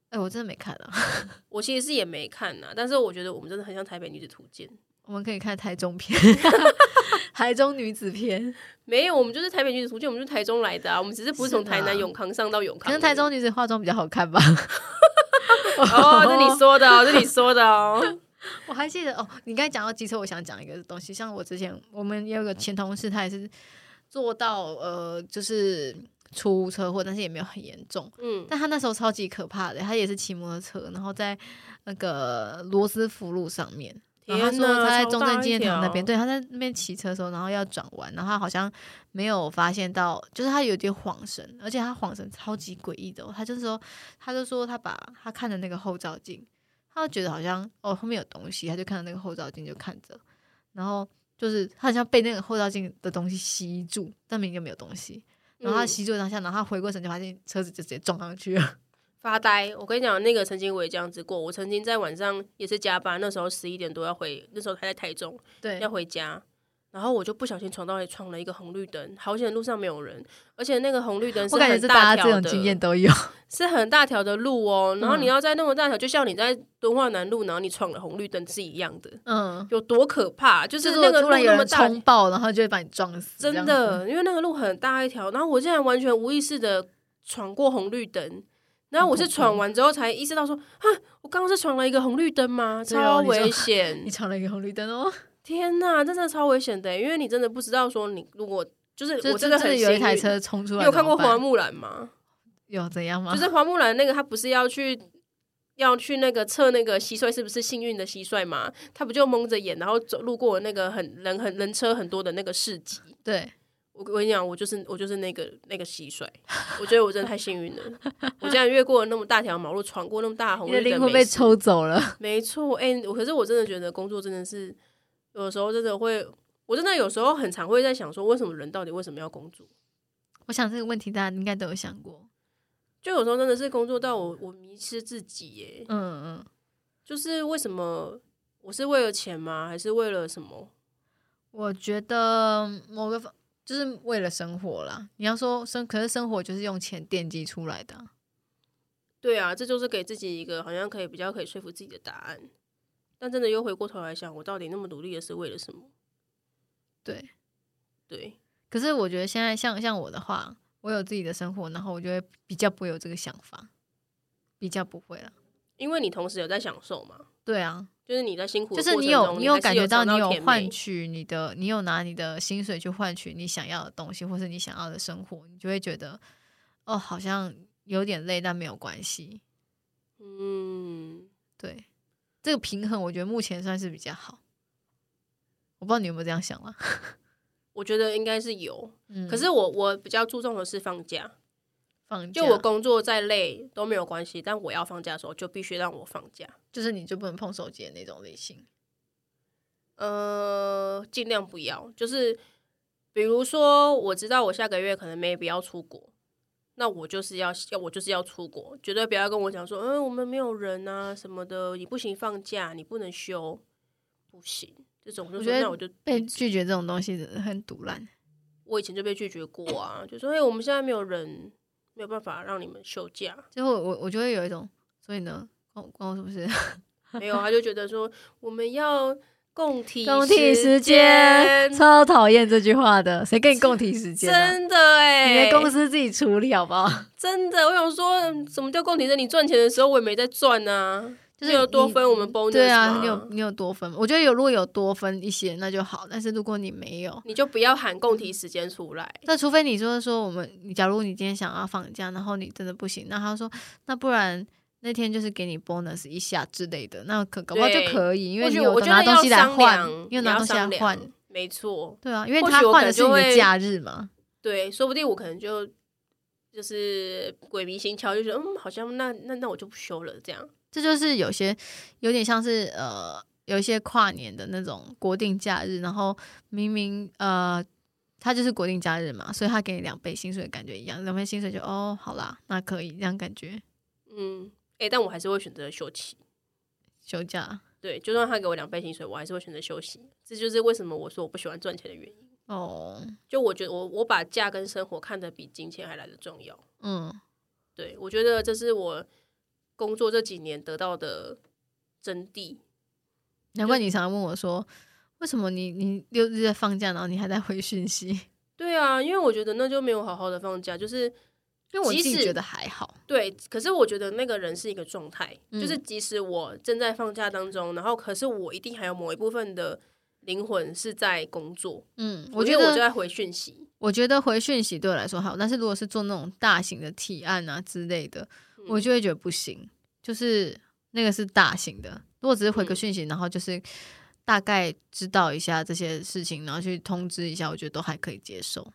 哎、欸，我真的没看啊。 我其实是也没看啊，但是我觉得我们真的很像台北女子图鉴。 我们可以看台中片，台中女子片。 没有，我们就是台北女子图鉴，我们就是台中来的啊。我们只是不是从台南永康上到永康。 可能台中女子化妆比较好看吧。 哦，这你说的哦，这你说的哦。 我还记得哦，你刚才讲到机车，我想讲一个东西，像我之前我们也有个前同事，他也是做到呃，就是出车祸，但是也没有很严重。嗯，但他那时候超级可怕的，他也是骑摩托车，然后在那个罗斯福路上面。然后他说他在中正纪念堂那边，对，他在那边骑车的时候，然后要转弯，然后他好像没有发现到，就是他有点晃神，而且他晃神超级诡异的、哦。他就是说，他就说他把他看的那个后照镜，他就觉得好像哦后面有东西，他就看到那个后照镜就看着，然后就是他好像被那个后照镜的东西吸住，但明明没有东西，然后他吸住当下，然后他回过神就发现车子就直接撞上去了。 发呆，我跟你讲，那个曾经我也这样子过。我曾经在晚上也是加班，那时候十一点多要回，那时候还在台中，对，要回家，然后我就不小心闯到闯了一个红绿灯，好险路上没有人，而且那个红绿灯是很大条的，我感觉是大家这种经验都有，是很大条的路哦。然后你要在那么大条，就像你在敦化南路，然后你闯了红绿灯是一样的，嗯，有多可怕？就是那个路那么大， 冲爆，然后就会把你撞死， 真的，因为那个路很大一条，然后我竟然完全无意识的闯过红绿灯。然后我是闯完之后才意识到说，啊，我刚刚是闯了一个红绿灯吗？超危险！ 你闯了一个红绿灯哦！ 天哪，真的超危险的，因为你真的不知道说你如果就是我真的很有一台车冲出来， 你有看过花木兰吗？ 有怎样吗？ 就是花木兰那个，他不是要去要去那个测那个蟋蟀是不是幸运的蟋蟀吗？他不就蒙着眼，然后走路过那个很人很人车很多的那个市集？ 对。 我跟你讲，我就是我就是那个那个蟋蟀，我觉得我真的太幸运了，我竟然越过了那么大条马路，闯过那么大的红绿灯， 你的灵魂被抽走了。 没错，哎、欸，可是我真的觉得工作真的是有时候真的会，我真的有时候很常会在想说，为什么人到底为什么要工作？ 我想这个问题大家应该都有想过， 就有时候真的是工作到我我迷失自己耶，嗯嗯，就是为什么我是为了钱吗？还是为了什么？ 我觉得某个方。就是为了生活啦，你要说生，可是生活就是用钱奠基出来的、啊。 对啊，这就是给自己一个好像可以比较可以说服自己的答案。但真的又回过头来想，我到底那么努力的是为了什么？ 对， 对。 可是我觉得现在像像我的话，我有自己的生活，然后我就会比较不会有这个想法，比较不会了。 因为你同时有在享受嘛。 对啊。 就是你在辛苦的过程中，就是你有你有感觉到你有换取你的，你有拿你的薪水去换取你想要的东西，或是你想要的生活，你就会觉得哦，好像有点累，但没有关系。嗯，对，这个平衡我觉得目前算是比较好。我不知道你有没有这样想啦？ 我觉得应该是有，嗯、可是我我比较注重的是放假。 放假就我工作再累都没有关系，但我要放假的时候就必须让我放假， 就是你就不能碰手机的那种类型。 呃，尽量不要。就是比如说，我知道我下个月可能 maybe 要出国，那我就是要要我就是要出国，绝对不要跟我讲说，嗯、呃，我们没有人啊什么的，你不行放假，你不能休，不行。这种就说那我就被拒绝这种东西很毒烂。 我以前就被拒绝过啊，就说哎、欸，我们现在没有人。没有办法让你们休假， 最后我我就会有一种，所以呢，关关我什么事？ 没有，他就觉得说我们要共体共体时间，超讨厌这句话的，谁跟你共体时间、啊？ 真的哎、 欸，你的公司自己处理好不好？ 真的，我想说，什么叫共体时间？你赚钱的时候我也没在赚啊。就是有多分我们 bonus 对啊，你有你有多分，我觉得有如果有多分一些那就好，但是如果你没有， 你就不要喊共体时间出来。 那除非你说说我们，你假如你今天想要放假，然后你真的不行，那他说那不然那天就是给你 bonus 一下之类的，那可搞不好就可以，因为你有拿东西来换，你有拿东西来换， 没错， 对啊，因为他换的是你的假日嘛， 对，说不定我可能就就是鬼迷心窍，就觉得嗯，好像那那那我就不休了这样。 这就是有些有点像是呃，有一些跨年的那种国定假日，然后明明呃，他就是国定假日嘛，所以他给你两倍薪水的感觉一样，两倍薪水就哦，好啦，那可以这样感觉。 嗯，哎、欸，但我还是会选择休息休假。 对，就算他给我两倍薪水，我还是会选择休息。这就是为什么我说我不喜欢赚钱的原因。哦，就我觉得我我把假跟生活看得比金钱还来得重要。嗯，对，我觉得这是我工作这几年得到的真谛。 难怪你常常问我说，为什么你你六日在放假，然后你还在回讯息？ 对啊，因为我觉得那就没有好好的放假，就是因为我自己觉得还好。 对，可是我觉得那个人是一个状态、 嗯， 就是即使我正在放假当中，然后可是我一定还有某一部分的灵魂是在工作。 嗯， 我觉得我就在回讯息。 我觉得回讯息对我来说好，但是如果是做那种大型的提案啊之类的，嗯、我就会觉得不行。就是那个是大型的，如果只是回个讯息、嗯，然后就是大概知道一下这些事情，然后去通知一下，我觉得都还可以接受。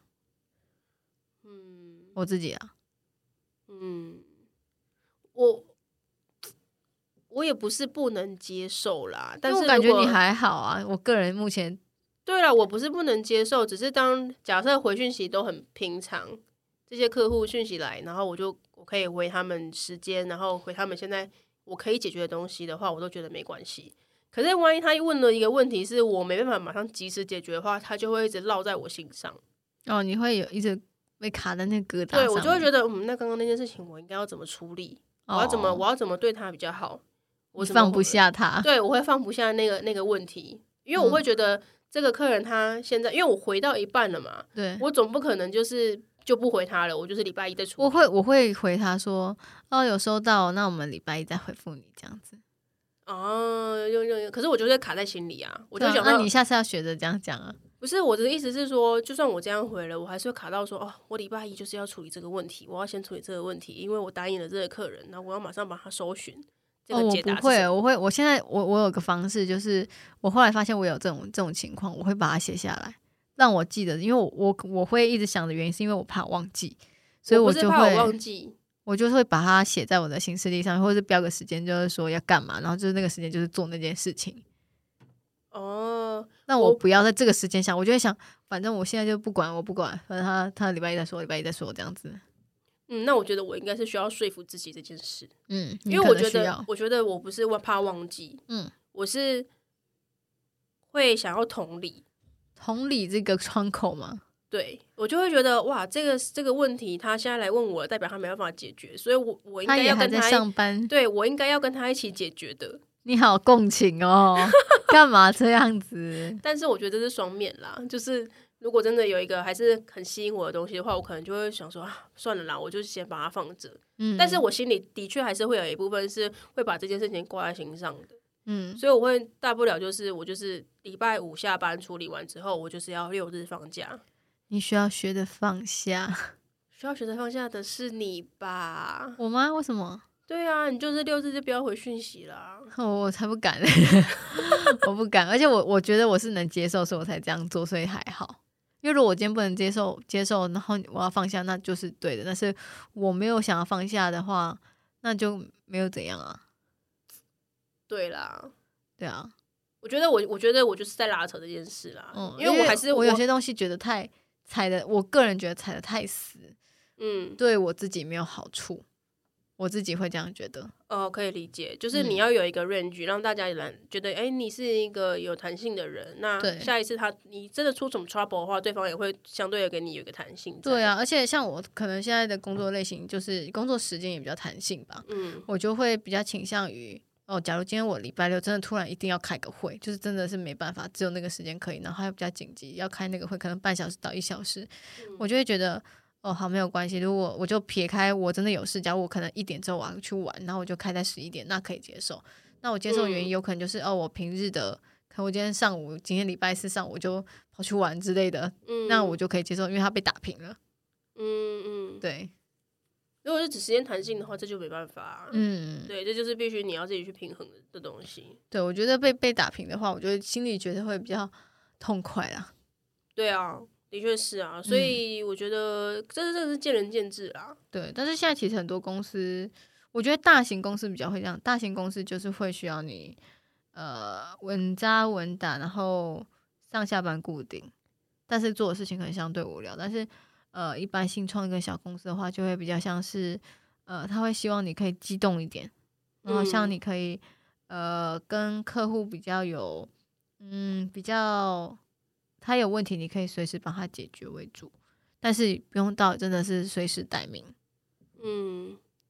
嗯，我自己啊， 嗯，我我也不是不能接受啦，但是我感觉你还好啊。我个人目前对啦，我不是不能接受，只是当假设回讯息都很平常，这些客户讯息来，然后我就我可以回他们时间，然后回他们现在我可以解决的东西的话，我都觉得没关系。可是万一他问了一个问题是我没办法马上及时解决的话，他就会一直烙在我心上。 哦，你会有一直被卡在那个疙瘩上。 对，我就会觉得，嗯，那刚刚那件事情我应该要怎么处理？哦、我要怎么我要怎么对他比较好？我怎么放不下他？ 对，我会放不下那个那个问题，因为我会觉得这个客人他现在，因为我回到一半了嘛， 对， 我总不可能就是就不回他了，我就是礼拜一再处理。 我会我会回他说，哦，有收到，那我们礼拜一再回复你这样子。 哦，有有有，可是我就会卡在心里啊，我就想到， 那你下次要学着这样讲啊。 不是，我的意思是说，就算我这样回了，我还是会卡到说，哦，我礼拜一就是要处理这个问题，我要先处理这个问题，因为我答应了这个客人，然后我要马上把他搜寻。这个解答哦，我不会，我会，我现在我我有个方式，就是我后来发现我有这种这种情况，我会把它写下来，让我记得，因为我我我会一直想的原因是因为我怕忘记，所以我就会我不是怕我忘记。 我就会把它写在我的行事历上，或者是标个时间，就是说要干嘛，然后就是那个时间就是做那件事情。哦，那我不要在这个时间想，我就会想，反正我现在就不管，我不管，反正他他礼拜一再说，礼拜一再说这样子。 嗯，那我觉得我应该是需要说服自己这件事。 嗯， 因为我觉得，我觉得我不是怕忘记，嗯，我是会想要同理， 同理这个窗口吗？ 对，我就会觉得哇，这个这个问题他现在来问我，代表他没办法解决，所以我我应该要跟他， 他也还在上班， 对，我应该要跟他一起解决的。 你好共情哦，干嘛这样子？ 但是我觉得这是双面啦，就是如果真的有一个还是很吸引我的东西的话，我可能就会想说啊，算了啦，我就先把它放着。嗯，但是我心里的确还是会有一部分是会把这件事情挂在心上的。嗯，所以我会大不了就是我就是礼拜五下班处理完之后，我就是要六日放假。 你需要学的放下， 需要学的放下的是你吧？ 我吗？为什么？ 对啊，你就是六日就不要回讯息啦。 哦，我才不敢我不敢，而且我我觉得我是能接受，所以我才这样做，所以还好。因为如果我今天不能接受接受，然后我要放下，那就是对的。但是我没有想要放下的话，那就没有怎样啊。 对啦， 对啊， 我觉得我我觉得我就是在拉扯这件事啦。嗯，因为我还是我, 我有些东西觉得太踩的，我个人觉得踩的太死，嗯，对我自己没有好处。我自己会这样觉得。 哦，可以理解，就是你要有一个 range，、嗯、让大家觉得，哎，你是一个有弹性的人。那下一次他你真的出什么 trouble 的话，对方也会相对的给你有一个弹性。 对啊，而且像我可能现在的工作类型，就是工作时间也比较弹性吧。嗯，我就会比较倾向于，哦，假如今天我礼拜六真的突然一定要开个会，就是真的是没办法，只有那个时间可以，然后还比较紧急要开那个会，可能半小时到一小时，嗯、我就会觉得。哦，好，没有关系。如果我就撇开我真的有事，假如我可能一点之后我要去玩，然后我就开在十一点，那可以接受。那我接受的原因有可能就是、嗯、哦，我平日的，可能我今天上午，今天礼拜四上午就跑去玩之类的，嗯、那我就可以接受，因为它被打平了。嗯嗯，对。 如果是只时间弹性的话，这就没办法、啊。嗯，对，这就是必须你要自己去平衡的东西。 对，我觉得被被打平的话，我觉得心里觉得会比较痛快啦。 对啊。的确是啊，所以我觉得这这是见仁见智啦。 对，但是现在其实很多公司，我觉得大型公司比较会这样，大型公司就是会需要你呃稳扎稳打，然后上下班固定，但是做的事情可能相对无聊。但是呃，一般新创跟小公司的话，就会比较像是呃，他会希望你可以机动一点，然后像你可以、嗯、呃跟客户比较有嗯比较。他有问题，你可以随时帮他解决为主，但是不用到真的是随时待命。 嗯，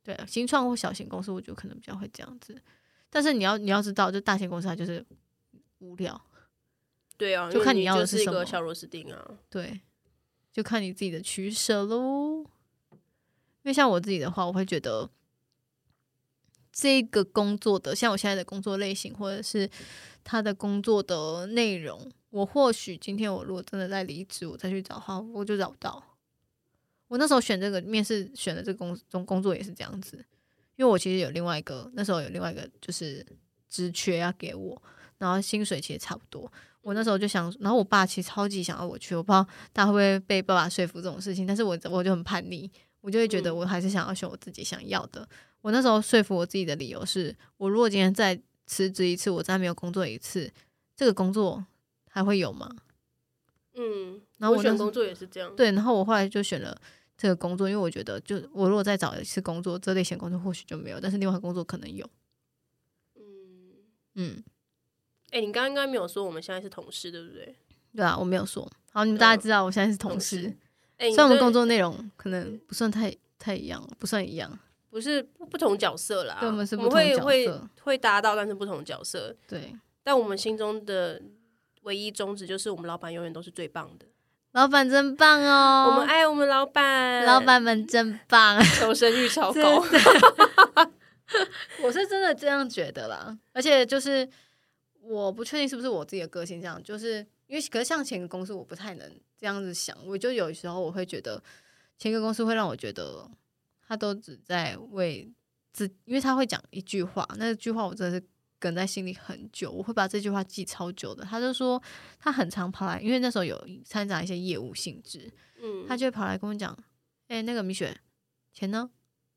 对，新创或小型公司，我觉得可能比较会这样子。但是你要你要知道，就大型公司它就是无聊。 对啊， 就看你要的是什么， 是什么一个小螺丝钉啊。 对，就看你自己的取舍咯。因为像我自己的话，我会觉得这个工作的，像我现在的工作类型，或者是他的工作的内容，我或许今天我如果真的在离职，我再去找的话，我就找不到。我那时候选这个面试选的这个工中工作也是这样子，因为我其实有另外一个那时候有另外一个就是职缺要给我，然后薪水其实差不多。我那时候就想，然后我爸其实超级想要我去，我不知道大家会不会被爸爸说服这种事情，但是我我就很叛逆，我就会觉得我还是想要选我自己想要的。我那时候说服我自己的理由是，我如果今天再辞职一次，我再没有工作一次，这个工作还会有吗？ 嗯， 然后我选工作也是这样。 对，然后我后来就选了这个工作，因为我觉得，就我如果再找一次工作，这类型工作或许就没有，但是另外工作可能有。 嗯嗯， 哎、欸，你刚刚应该没有说我们现在是同事，对不对？ 对啊，我没有说。好，你们大家知道我现在是同事， 同事欸、 虽然我们工作内容可能不算太太一样，不算一样， 不是不同角色啦。 对，我们是不同角色，会会会搭到，但是不同角色。 对， 但我们心中的唯一宗旨就是我们老板永远都是最棒的。 老板真棒哦， 我们爱我们老板， 老板们真棒， 求生欲超高。 我是真的这样觉得啦，而且就是我不确定是不是我自己的个性这样，就是因为可是像前个公司我不太能这样子想，我就有时候我会觉得前个公司会让我觉得他都只在为自，因为他会讲一句话，那句话我真的是梗在心里很久，我会把这句话记超久的。他就说他很常跑来，因为那时候有参加一些业务性质，嗯，他就会跑来跟我讲，哎、欸，那个米雪钱呢？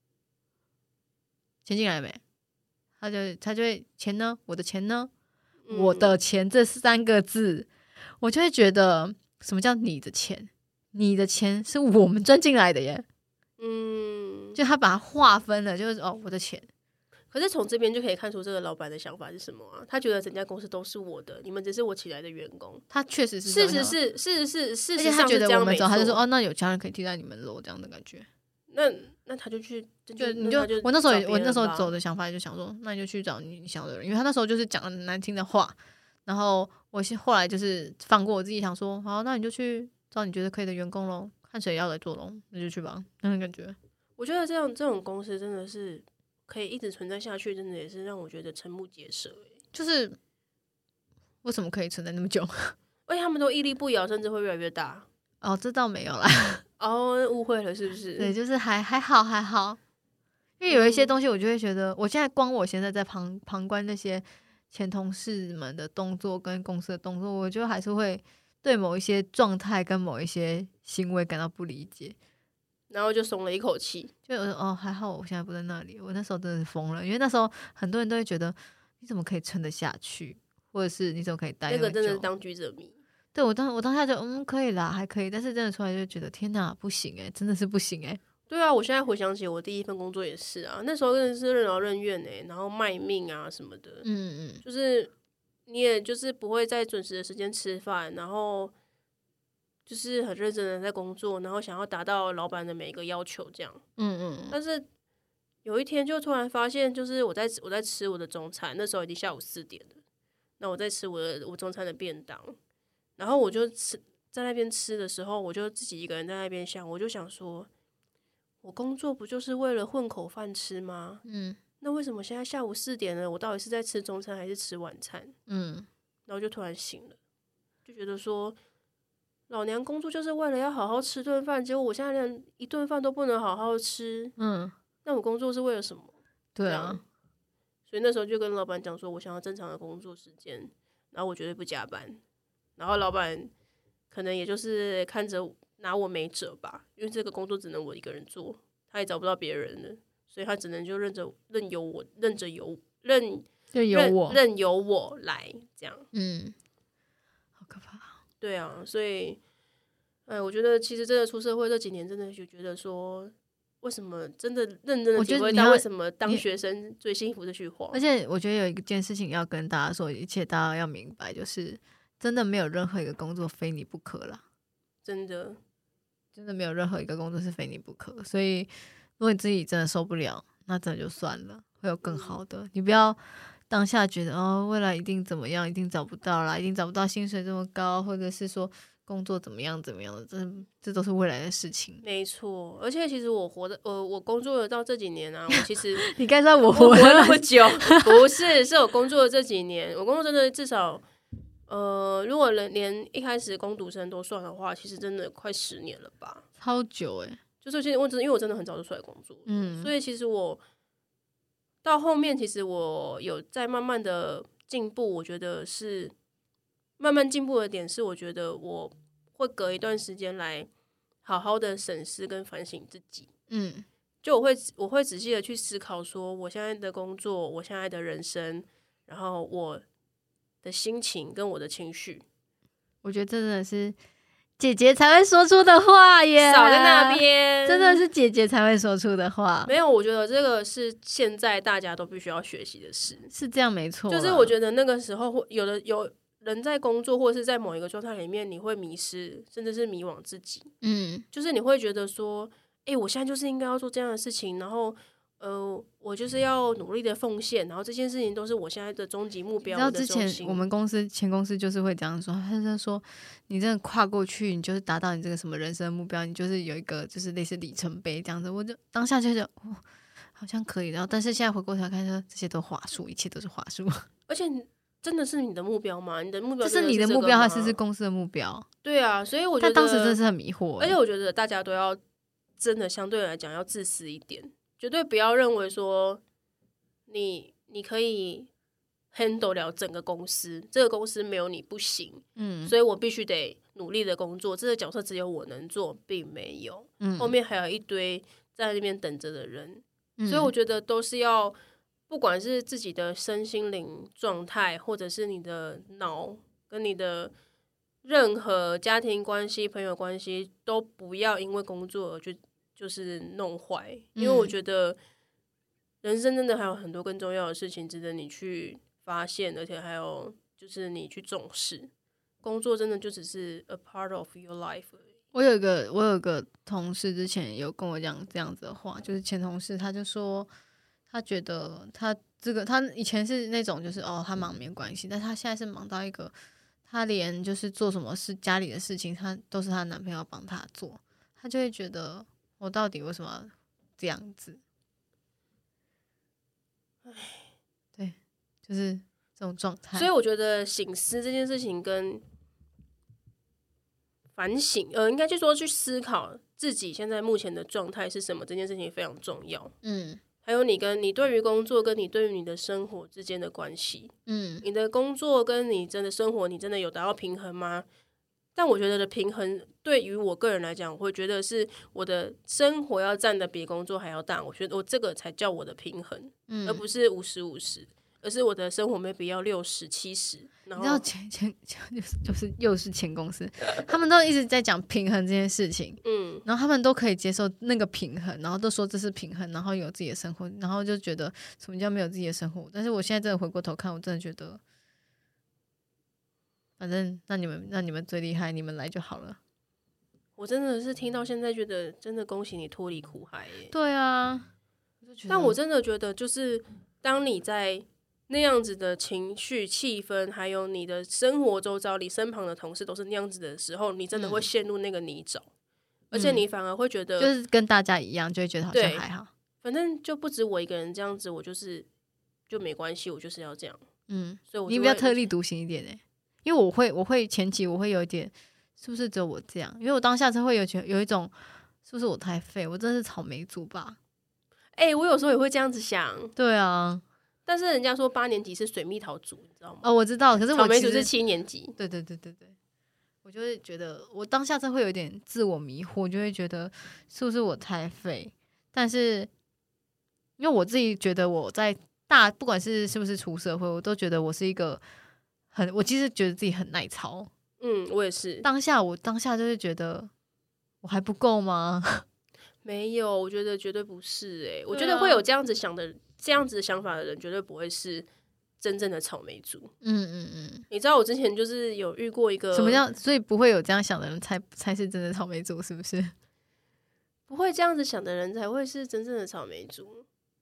钱进来没？他就他就会钱呢？我的钱呢？嗯、我的钱这三个字，我就会觉得什么叫你的钱？你的钱是我们赚进来的耶。嗯，就他把它划分了，就是哦，我的钱。 可是从这边就可以看出这个老板的想法是什么啊？他觉得整家公司都是我的，你们只是我请来的员工。 他确实是， 事实是，事实是，事实上是这样没错。 而且他觉得我们走，他就说哦，那有家人可以替代你们喽，这样的感觉。 那那他就去， 就你就我那时候我那时候走的想法就想说，那你就去找你想的人，因为他那时候就是讲了难听的话，然后我后来就是放过我自己，想说好，那你就去找你觉得可以的员工咯，看谁要来做咯，那就去吧，那种感觉。 我觉得这样这种公司真的是可以一直存在下去，真的也是让我觉得瞠目结舌、欸。 就是为什么可以存在那么久？ 而且他们都屹立不摇，甚至会越来越大。 哦，这倒没有啦。 哦，误会了是不是？ 对，就是还还好还好，因为有一些东西我就会觉得，嗯、我现在光我现在在旁旁观那些前同事们的动作跟公司的动作，我就还是会对某一些状态跟某一些行为感到不理解， 然后就松了一口气， 就哦还好我现在不在那里，我那时候真的是疯了，因为那时候很多人都会觉得你怎么可以撑得下去，或者是你怎么可以待那么久， 那个真的是当局者迷。 对，我当我当下就嗯可以啦，还可以，但是真的出来就觉得天哪，不行哎、欸，真的是不行哎、欸。 对啊，我现在回想起我第一份工作也是啊，那时候真的是任劳任怨哎、欸，然后卖命啊什么的，嗯嗯，就是你也就是不会在准时的时间吃饭，然后就是很认真的在工作，然后想要达到老板的每一个要求这样，嗯嗯，但是有一天就突然发现，就是我在我在吃我的中餐，那时候已经下午四点了，那我在吃我的我中餐的便当。然后我就吃在那边吃的时候，我就自己一个人在那边想，我就想说，我工作不就是为了混口饭吃吗？嗯，那为什么现在下午四点了，我到底是在吃中餐还是吃晚餐？嗯，然后就突然醒了，就觉得说，老娘工作就是为了要好好吃顿饭，结果我现在连一顿饭都不能好好吃。嗯，那我工作是为了什么？ 对啊， 所以那时候就跟老板讲说，我想要正常的工作时间，然后我绝对不加班。然后老板可能也就是看着拿我没辙吧，因为这个工作只能我一个人做，他也找不到别人了，所以他只能就任着任由我任着由任任由我任由我来这样。 嗯，好可怕。 对啊，所以哎，我觉得其实真的出社会这几年，真的就觉得说，为什么真的认真的体会到为什么当学生最幸福这句话。 而且我觉得有一件事情要跟大家说，一切大家要明白，就是真的没有任何一个工作非你不可啦， 真的， 真的没有任何一个工作是非你不可。所以，如果你自己真的受不了， 那真的就算了，会有更好的。嗯、你不要当下觉得哦，未来一定怎么样，一定找不到啦，一定找不到薪水这么高，或者是说工作怎么样怎么样的，这这都是未来的事情。 没错，而且其实我活的，呃，我工作了到这几年啊，我其实你该说我活了那么久，不是，是我工作的这几年，我工作真的至少。呃，如果连一开始工读生都算的话，其实真的快十年了吧， 超久哎、欸！ 就是其实我真因为我真的很早就出来工作，嗯，所以其实我到后面其实我有在慢慢的进步，我觉得是慢慢进步的点是，我觉得我会隔一段时间来好好的审视跟反省自己，嗯，就我会我会仔细的去思考说，我现在的工作，我现在的人生，然后我的心情跟我的情绪， 我觉得真的是姐姐才会说出的话耶， 少在那边， 真的是姐姐才会说出的话。 没有，我觉得这个是现在大家都必须要学习的事， 是这样没错。 就是我觉得那个时候，有的有人在工作或者是在某一个状态里面，你会迷失，甚至是迷惘自己。嗯，就是你会觉得说，哎、欸，我现在就是应该要做这样的事情，然后。呃，我就是要努力的奉献，然后这件事情都是我现在的终极目标。 你知道之前我们公司前公司就是会这样说，他就说你真的跨过去，你就是达到你这个什么人生目标，你就是有一个就是类似里程碑这样子。我就当下就觉得哦，好像可以，然后但是现在回过头来看说，这些都话术，一切都是话术。 而且真的是你的目标吗？你的目标这是你的目标还是是公司的目标？ 对啊，所以我觉得但当时真的是很迷惑、欸， 而且我觉得大家都要真的相对来讲要自私一点。绝对不要认为说你你可以 handle 了整个公司，这个公司没有你不行，嗯，所以我必须得努力的工作，这个角色只有我能做，并没有，嗯，后面还有一堆在那边等着的人，嗯，所以我觉得都是要，不管是自己的身心灵状态，或者是你的脑跟你的任何家庭关系、朋友关系，都不要因为工作而去。就是弄坏，因为我觉得人生真的还有很多更重要的事情值得你去发现，而且还有就是你去重视。工作真的就只是 a part of your life 而已。 我有一个我有一个同事之前有跟我讲这样子的话，就是前同事他就说，他觉得他这个他以前是那种就是哦他忙没关系，但他现在是忙到一个他连就是做什么事家里的事情，他都是他男朋友帮他做，他就会觉得。我到底为什么这样子？对，就是这种状态。 所以我觉得省思这件事情跟反省，呃，应该就说去思考自己现在目前的状态是什么，这件事情非常重要。嗯，还有你跟你对于工作跟你对于你的生活之间的关系，嗯，你的工作跟你真的生活，你真的有达到平衡吗？但我觉得的平衡对于我个人来讲，我会觉得是我的生活要占的比工作还要大，我觉得我这个才叫我的平衡，嗯，而不是五十五十，而是我的生活 maybe 要六十七十。 你知道前前就是就是又是前公司，他们都一直在讲平衡这件事情，嗯，然后他们都可以接受那个平衡，然后都说这是平衡，然后有自己的生活，然后就觉得什么叫没有自己的生活？但是我现在真的回过头看，我真的觉得。反正那你们那你们最厉害，你们来就好了。 我真的是听到现在觉得，真的恭喜你脱离苦海耶。 对啊， 但我真的觉得，就是当你在那样子的情绪、气氛，还有你的生活周遭，你身旁的同事都是那样子的时候，你真的会陷入那个泥沼，嗯、而且你反而会觉得， 就是跟大家一样，就会觉得好像还好。 反正就不止我一个人这样子，我就是就没关系，我就是要这样。嗯，所以我你比较特立独行一点哎。因为我会，我会前期我会有一点，是不是只有我这样？因为我当下是会有有一种，是不是我太废？我真的是草莓族吧？ 哎、欸，我有时候也会这样子想。 对啊， 但是人家说八年级是水蜜桃族，你知道吗？ 哦，我知道，可是我草莓族是七年级。 对对对对对，我就会觉得，我当下真会有点自我迷惑，就会觉得是不是我太废？但是因为我自己觉得我在大，不管是是不是出社会，我都觉得我是一个。很，我其实觉得自己很耐操， 嗯，我也是。 当下我当下就是觉得我还不够吗？ 没有，我觉得绝对不是哎、欸啊，我觉得会有这样子想的、这样子的想法的人，绝对不会是真正的草莓族。嗯嗯嗯，你知道我之前就是有遇过一个什么叫，所以不会有这样想的人才才是真的草莓族，是不是？ 不会这样子想的人才会是真正的草莓族。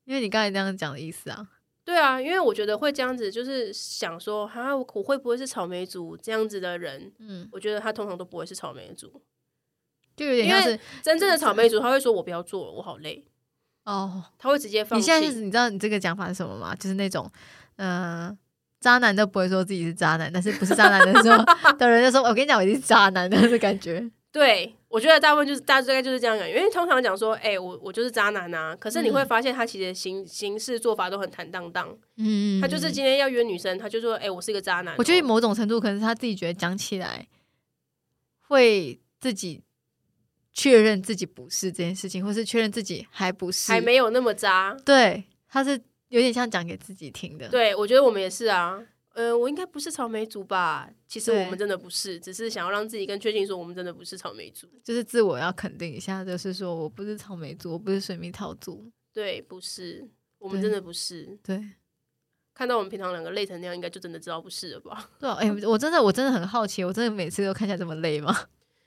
因为你刚才那样讲的意思啊。 对啊，因为我觉得会这样子，就是想说，哈，我会不会是草莓族这样子的人？嗯，我觉得他通常都不会是草莓族， 就有点像是真正的草莓族，他会说我不要做了，我好累哦，他会直接放弃。 你现在是你知道你这个讲法是什么吗？就是那种，嗯、呃，渣男都不会说自己是渣男，但是不是渣男的时候的人就说，我跟你讲，我一定是渣男的这感觉。 对，我觉得大部分就是大概就是这样感觉，因为通常讲说，哎、欸，我我就是渣男啊，可是你会发现他其实行行事做法都很坦荡荡，嗯，他就是今天要约女生，他就说，哎、欸，我是一个渣男、喔。 我觉得某种程度可能是他自己觉得讲起来会自己确认自己不是这件事情，或是确认自己还不是， 还没有那么渣。 对，他是有点像讲给自己听的。 对，我觉得我们也是啊。呃，我应该不是草莓族吧？其实我们真的不是，只是想要让自己更确定说我们真的不是草莓族， 就是自我要肯定一下，就是说我不是草莓族，我不是水蜜桃族。 对，不是，我们真的不是。 对， 看到我们平常两个累成那样，应该就真的知道不是了吧？ 对啊，哎、欸，我真的我真的很好奇，我真的每次都看起来这么累吗？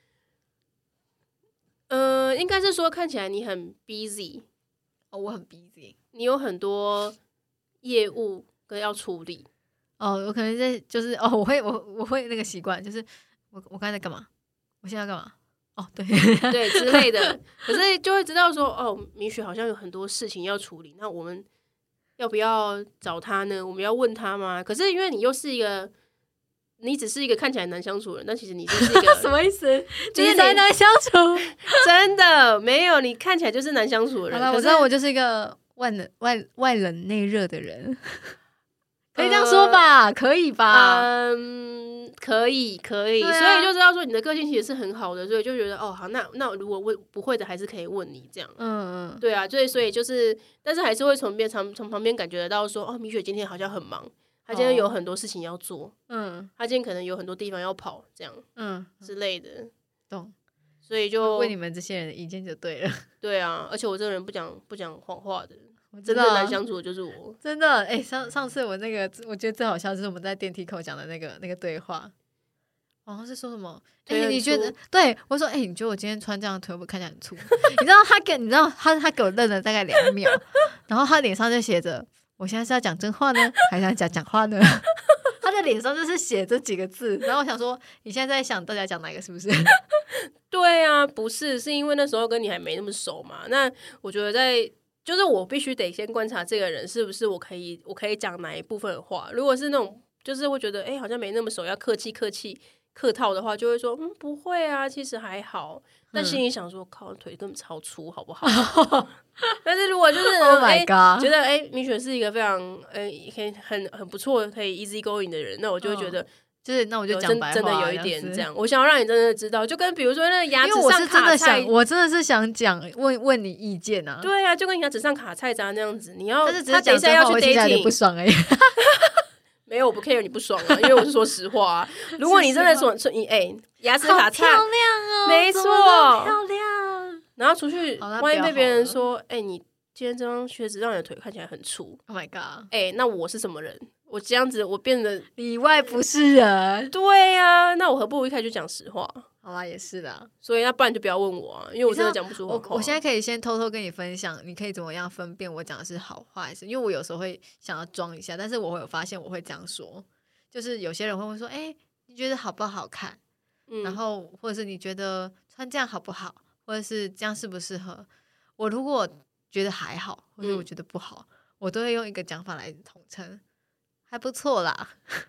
呃，应该是说看起来你很 busy 哦，我很 busy， 你有很多业务跟要处理。 哦，我可能在就是哦，我会我我会那个习惯，就是我我刚才在干嘛？我现在要干嘛？哦，对对之类的，可是就会知道说，哦，米雪好像有很多事情要处理，那我们要不要找他呢？我们要问他吗？可是因为你又是一个，你只是一个看起来难相处的人，但其实你就是一个什么意思？就是你才难相处？ 真的没有，你看起来就是难相处的人。 好了，我知道我就是一个外冷外外冷内热的人。可以这样说吧、呃、可以吧嗯，可以可以、啊、所以就知道说你的个性其实是很好的，所以就觉得哦好，那那如果问不会的还是可以问你这样。嗯嗯，对啊，所以所以就是但是还是会从边从从旁边感觉得到说，哦，米雪今天好像很忙，她今天有很多事情要做，嗯，她今天可能有很多地方要跑这样，嗯之类的，懂。所以就问你们这些人的意见就对了。 对啊，而且我这个人不讲不讲谎话的，真正难相处的就是我。 真的，哎、欸，上上次我那个，我觉得最好笑就是我们在电梯口讲的那个那个对话，好像是说什么？哎、欸，你觉得？对我说，哎、欸，你觉得我今天穿这样的腿会不会看起来很粗？你知道他给，你知道他他给我愣了大概两秒，然后他脸上就写着：我现在是要讲真话呢，还是要讲讲话呢？他的脸上就是写这几个字，然后我想说，你现在在想大家讲哪个是不是？ 对啊，不是，是因为那时候跟你还没那么熟嘛。那我觉得在。就是我必须得先观察这个人是不是我可以我可以讲哪一部分的话。如果是那种就是会觉得哎、欸、好像没那么熟，要客气客气客套的话，就会说嗯不会啊，其实还好。但心里想说、嗯、靠，腿根本超粗好不好？但是如果就是 Oh my God、 欸、觉得哎米雪是一个非常呃可以很很不错可以 easy going 的人，那我就会觉得。 嗯就是那我就讲白话， 真的有一点这样。我想要让你真的知道，就跟比如说那个牙齿上卡菜，我真的是想讲问问你意见啊。 对啊，就跟牙齿上卡菜渣那样子，你要但是只是讲真话，我听起来有点不爽而已。 没有，我不 care 你不爽啊，因为我是说实话啊。如果你真的说你哎、欸、牙齿卡菜， 好漂亮哦， 没错， 漂亮。 然后出去，万一被别人说，哎、欸，你今天这双靴子让你的腿看起来很粗 ，Oh my god， 哎、欸，那我是什么人？我这样子，我变得里外不是人。 对啊，那我何不如一开始就讲实话？ 好啦，也是啦。 所以那不然就不要问我啊，因为我真的讲不出谎话。 我我现在可以先偷偷跟你分享，你可以怎么样分辨我讲的是好话还是？因为我有时候会想要装一下，但是我会有发现我会这样说，就是有些人会问说：“哎、欸，你觉得好不好看？”嗯、然后或者是你觉得穿这样好不好，或者是这样适不适合？我如果觉得还好，或者我觉得不好，嗯、我都会用一个讲法来统称。还不错啦，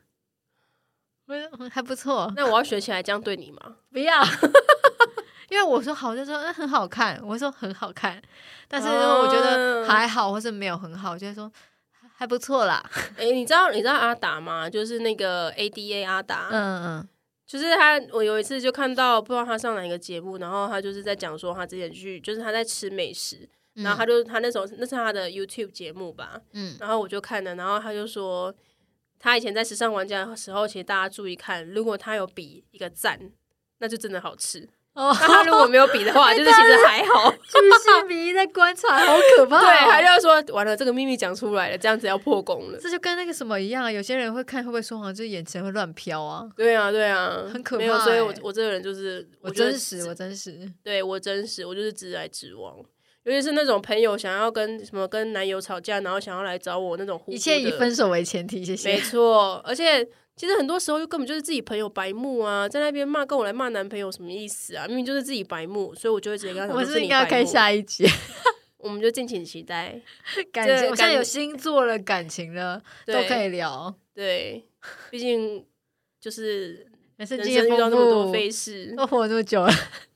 还不错。 那我要学起来这样对你吗？ 不要，因为我说好就说那很好看，我说很好看，但是如果我觉得还好或是没有很好，我就会说还不错啦。 哎、欸，你知道你知道阿达吗？就是那个 A D A 阿达，嗯嗯，就是他。我有一次就看到不知道他上哪一个节目，然后他就是在讲说他之前去，就是他在吃美食。然后他就他那时候那是他的 YouTube 节目吧，嗯，然后我就看了，然后他就说他以前在时尚玩家的时候，其实大家注意看，如果他有比一个赞，那就真的好吃。哦，那他如果没有比的话，就是其实还好。 巨细靡遗在观察，好可怕、哦。 对，他就说完了，这个秘密讲出来了，这样子要破功了。 这就跟那个什么一样，有些人会看会不会说谎，就是眼神会乱飘啊。 对啊，对啊， 很可怕、欸。 没有，所以我我这个人就是我真实，我真实， 对我真实，我就是直来直往。 尤其是那种朋友想要跟什么跟男友吵架，然后想要来找我那种呼呼的， 一切以分手为前提，谢谢。 没错，而且其实很多时候根本就是自己朋友白目啊，在那边骂跟我来骂男朋友什么意思啊？明明就是自己白目，所以我就会直接跟他讲说， 我是应该要开下一集。 我们就敬请期待感情，我现在有星座了，感情了，都可以聊。 对，毕竟就是人生经验遇到那么多非事， 都活那么久了。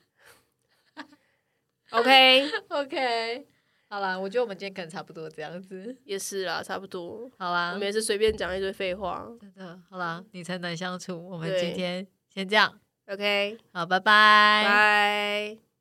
OK OK， 好啦，我觉得我们今天可能差不多这样子。 也是啦，差不多。 好啦， 我们也是随便讲一堆废话。 真的，好啦，你才难相处。我们今天先这样。 OK， 好，拜拜， 拜。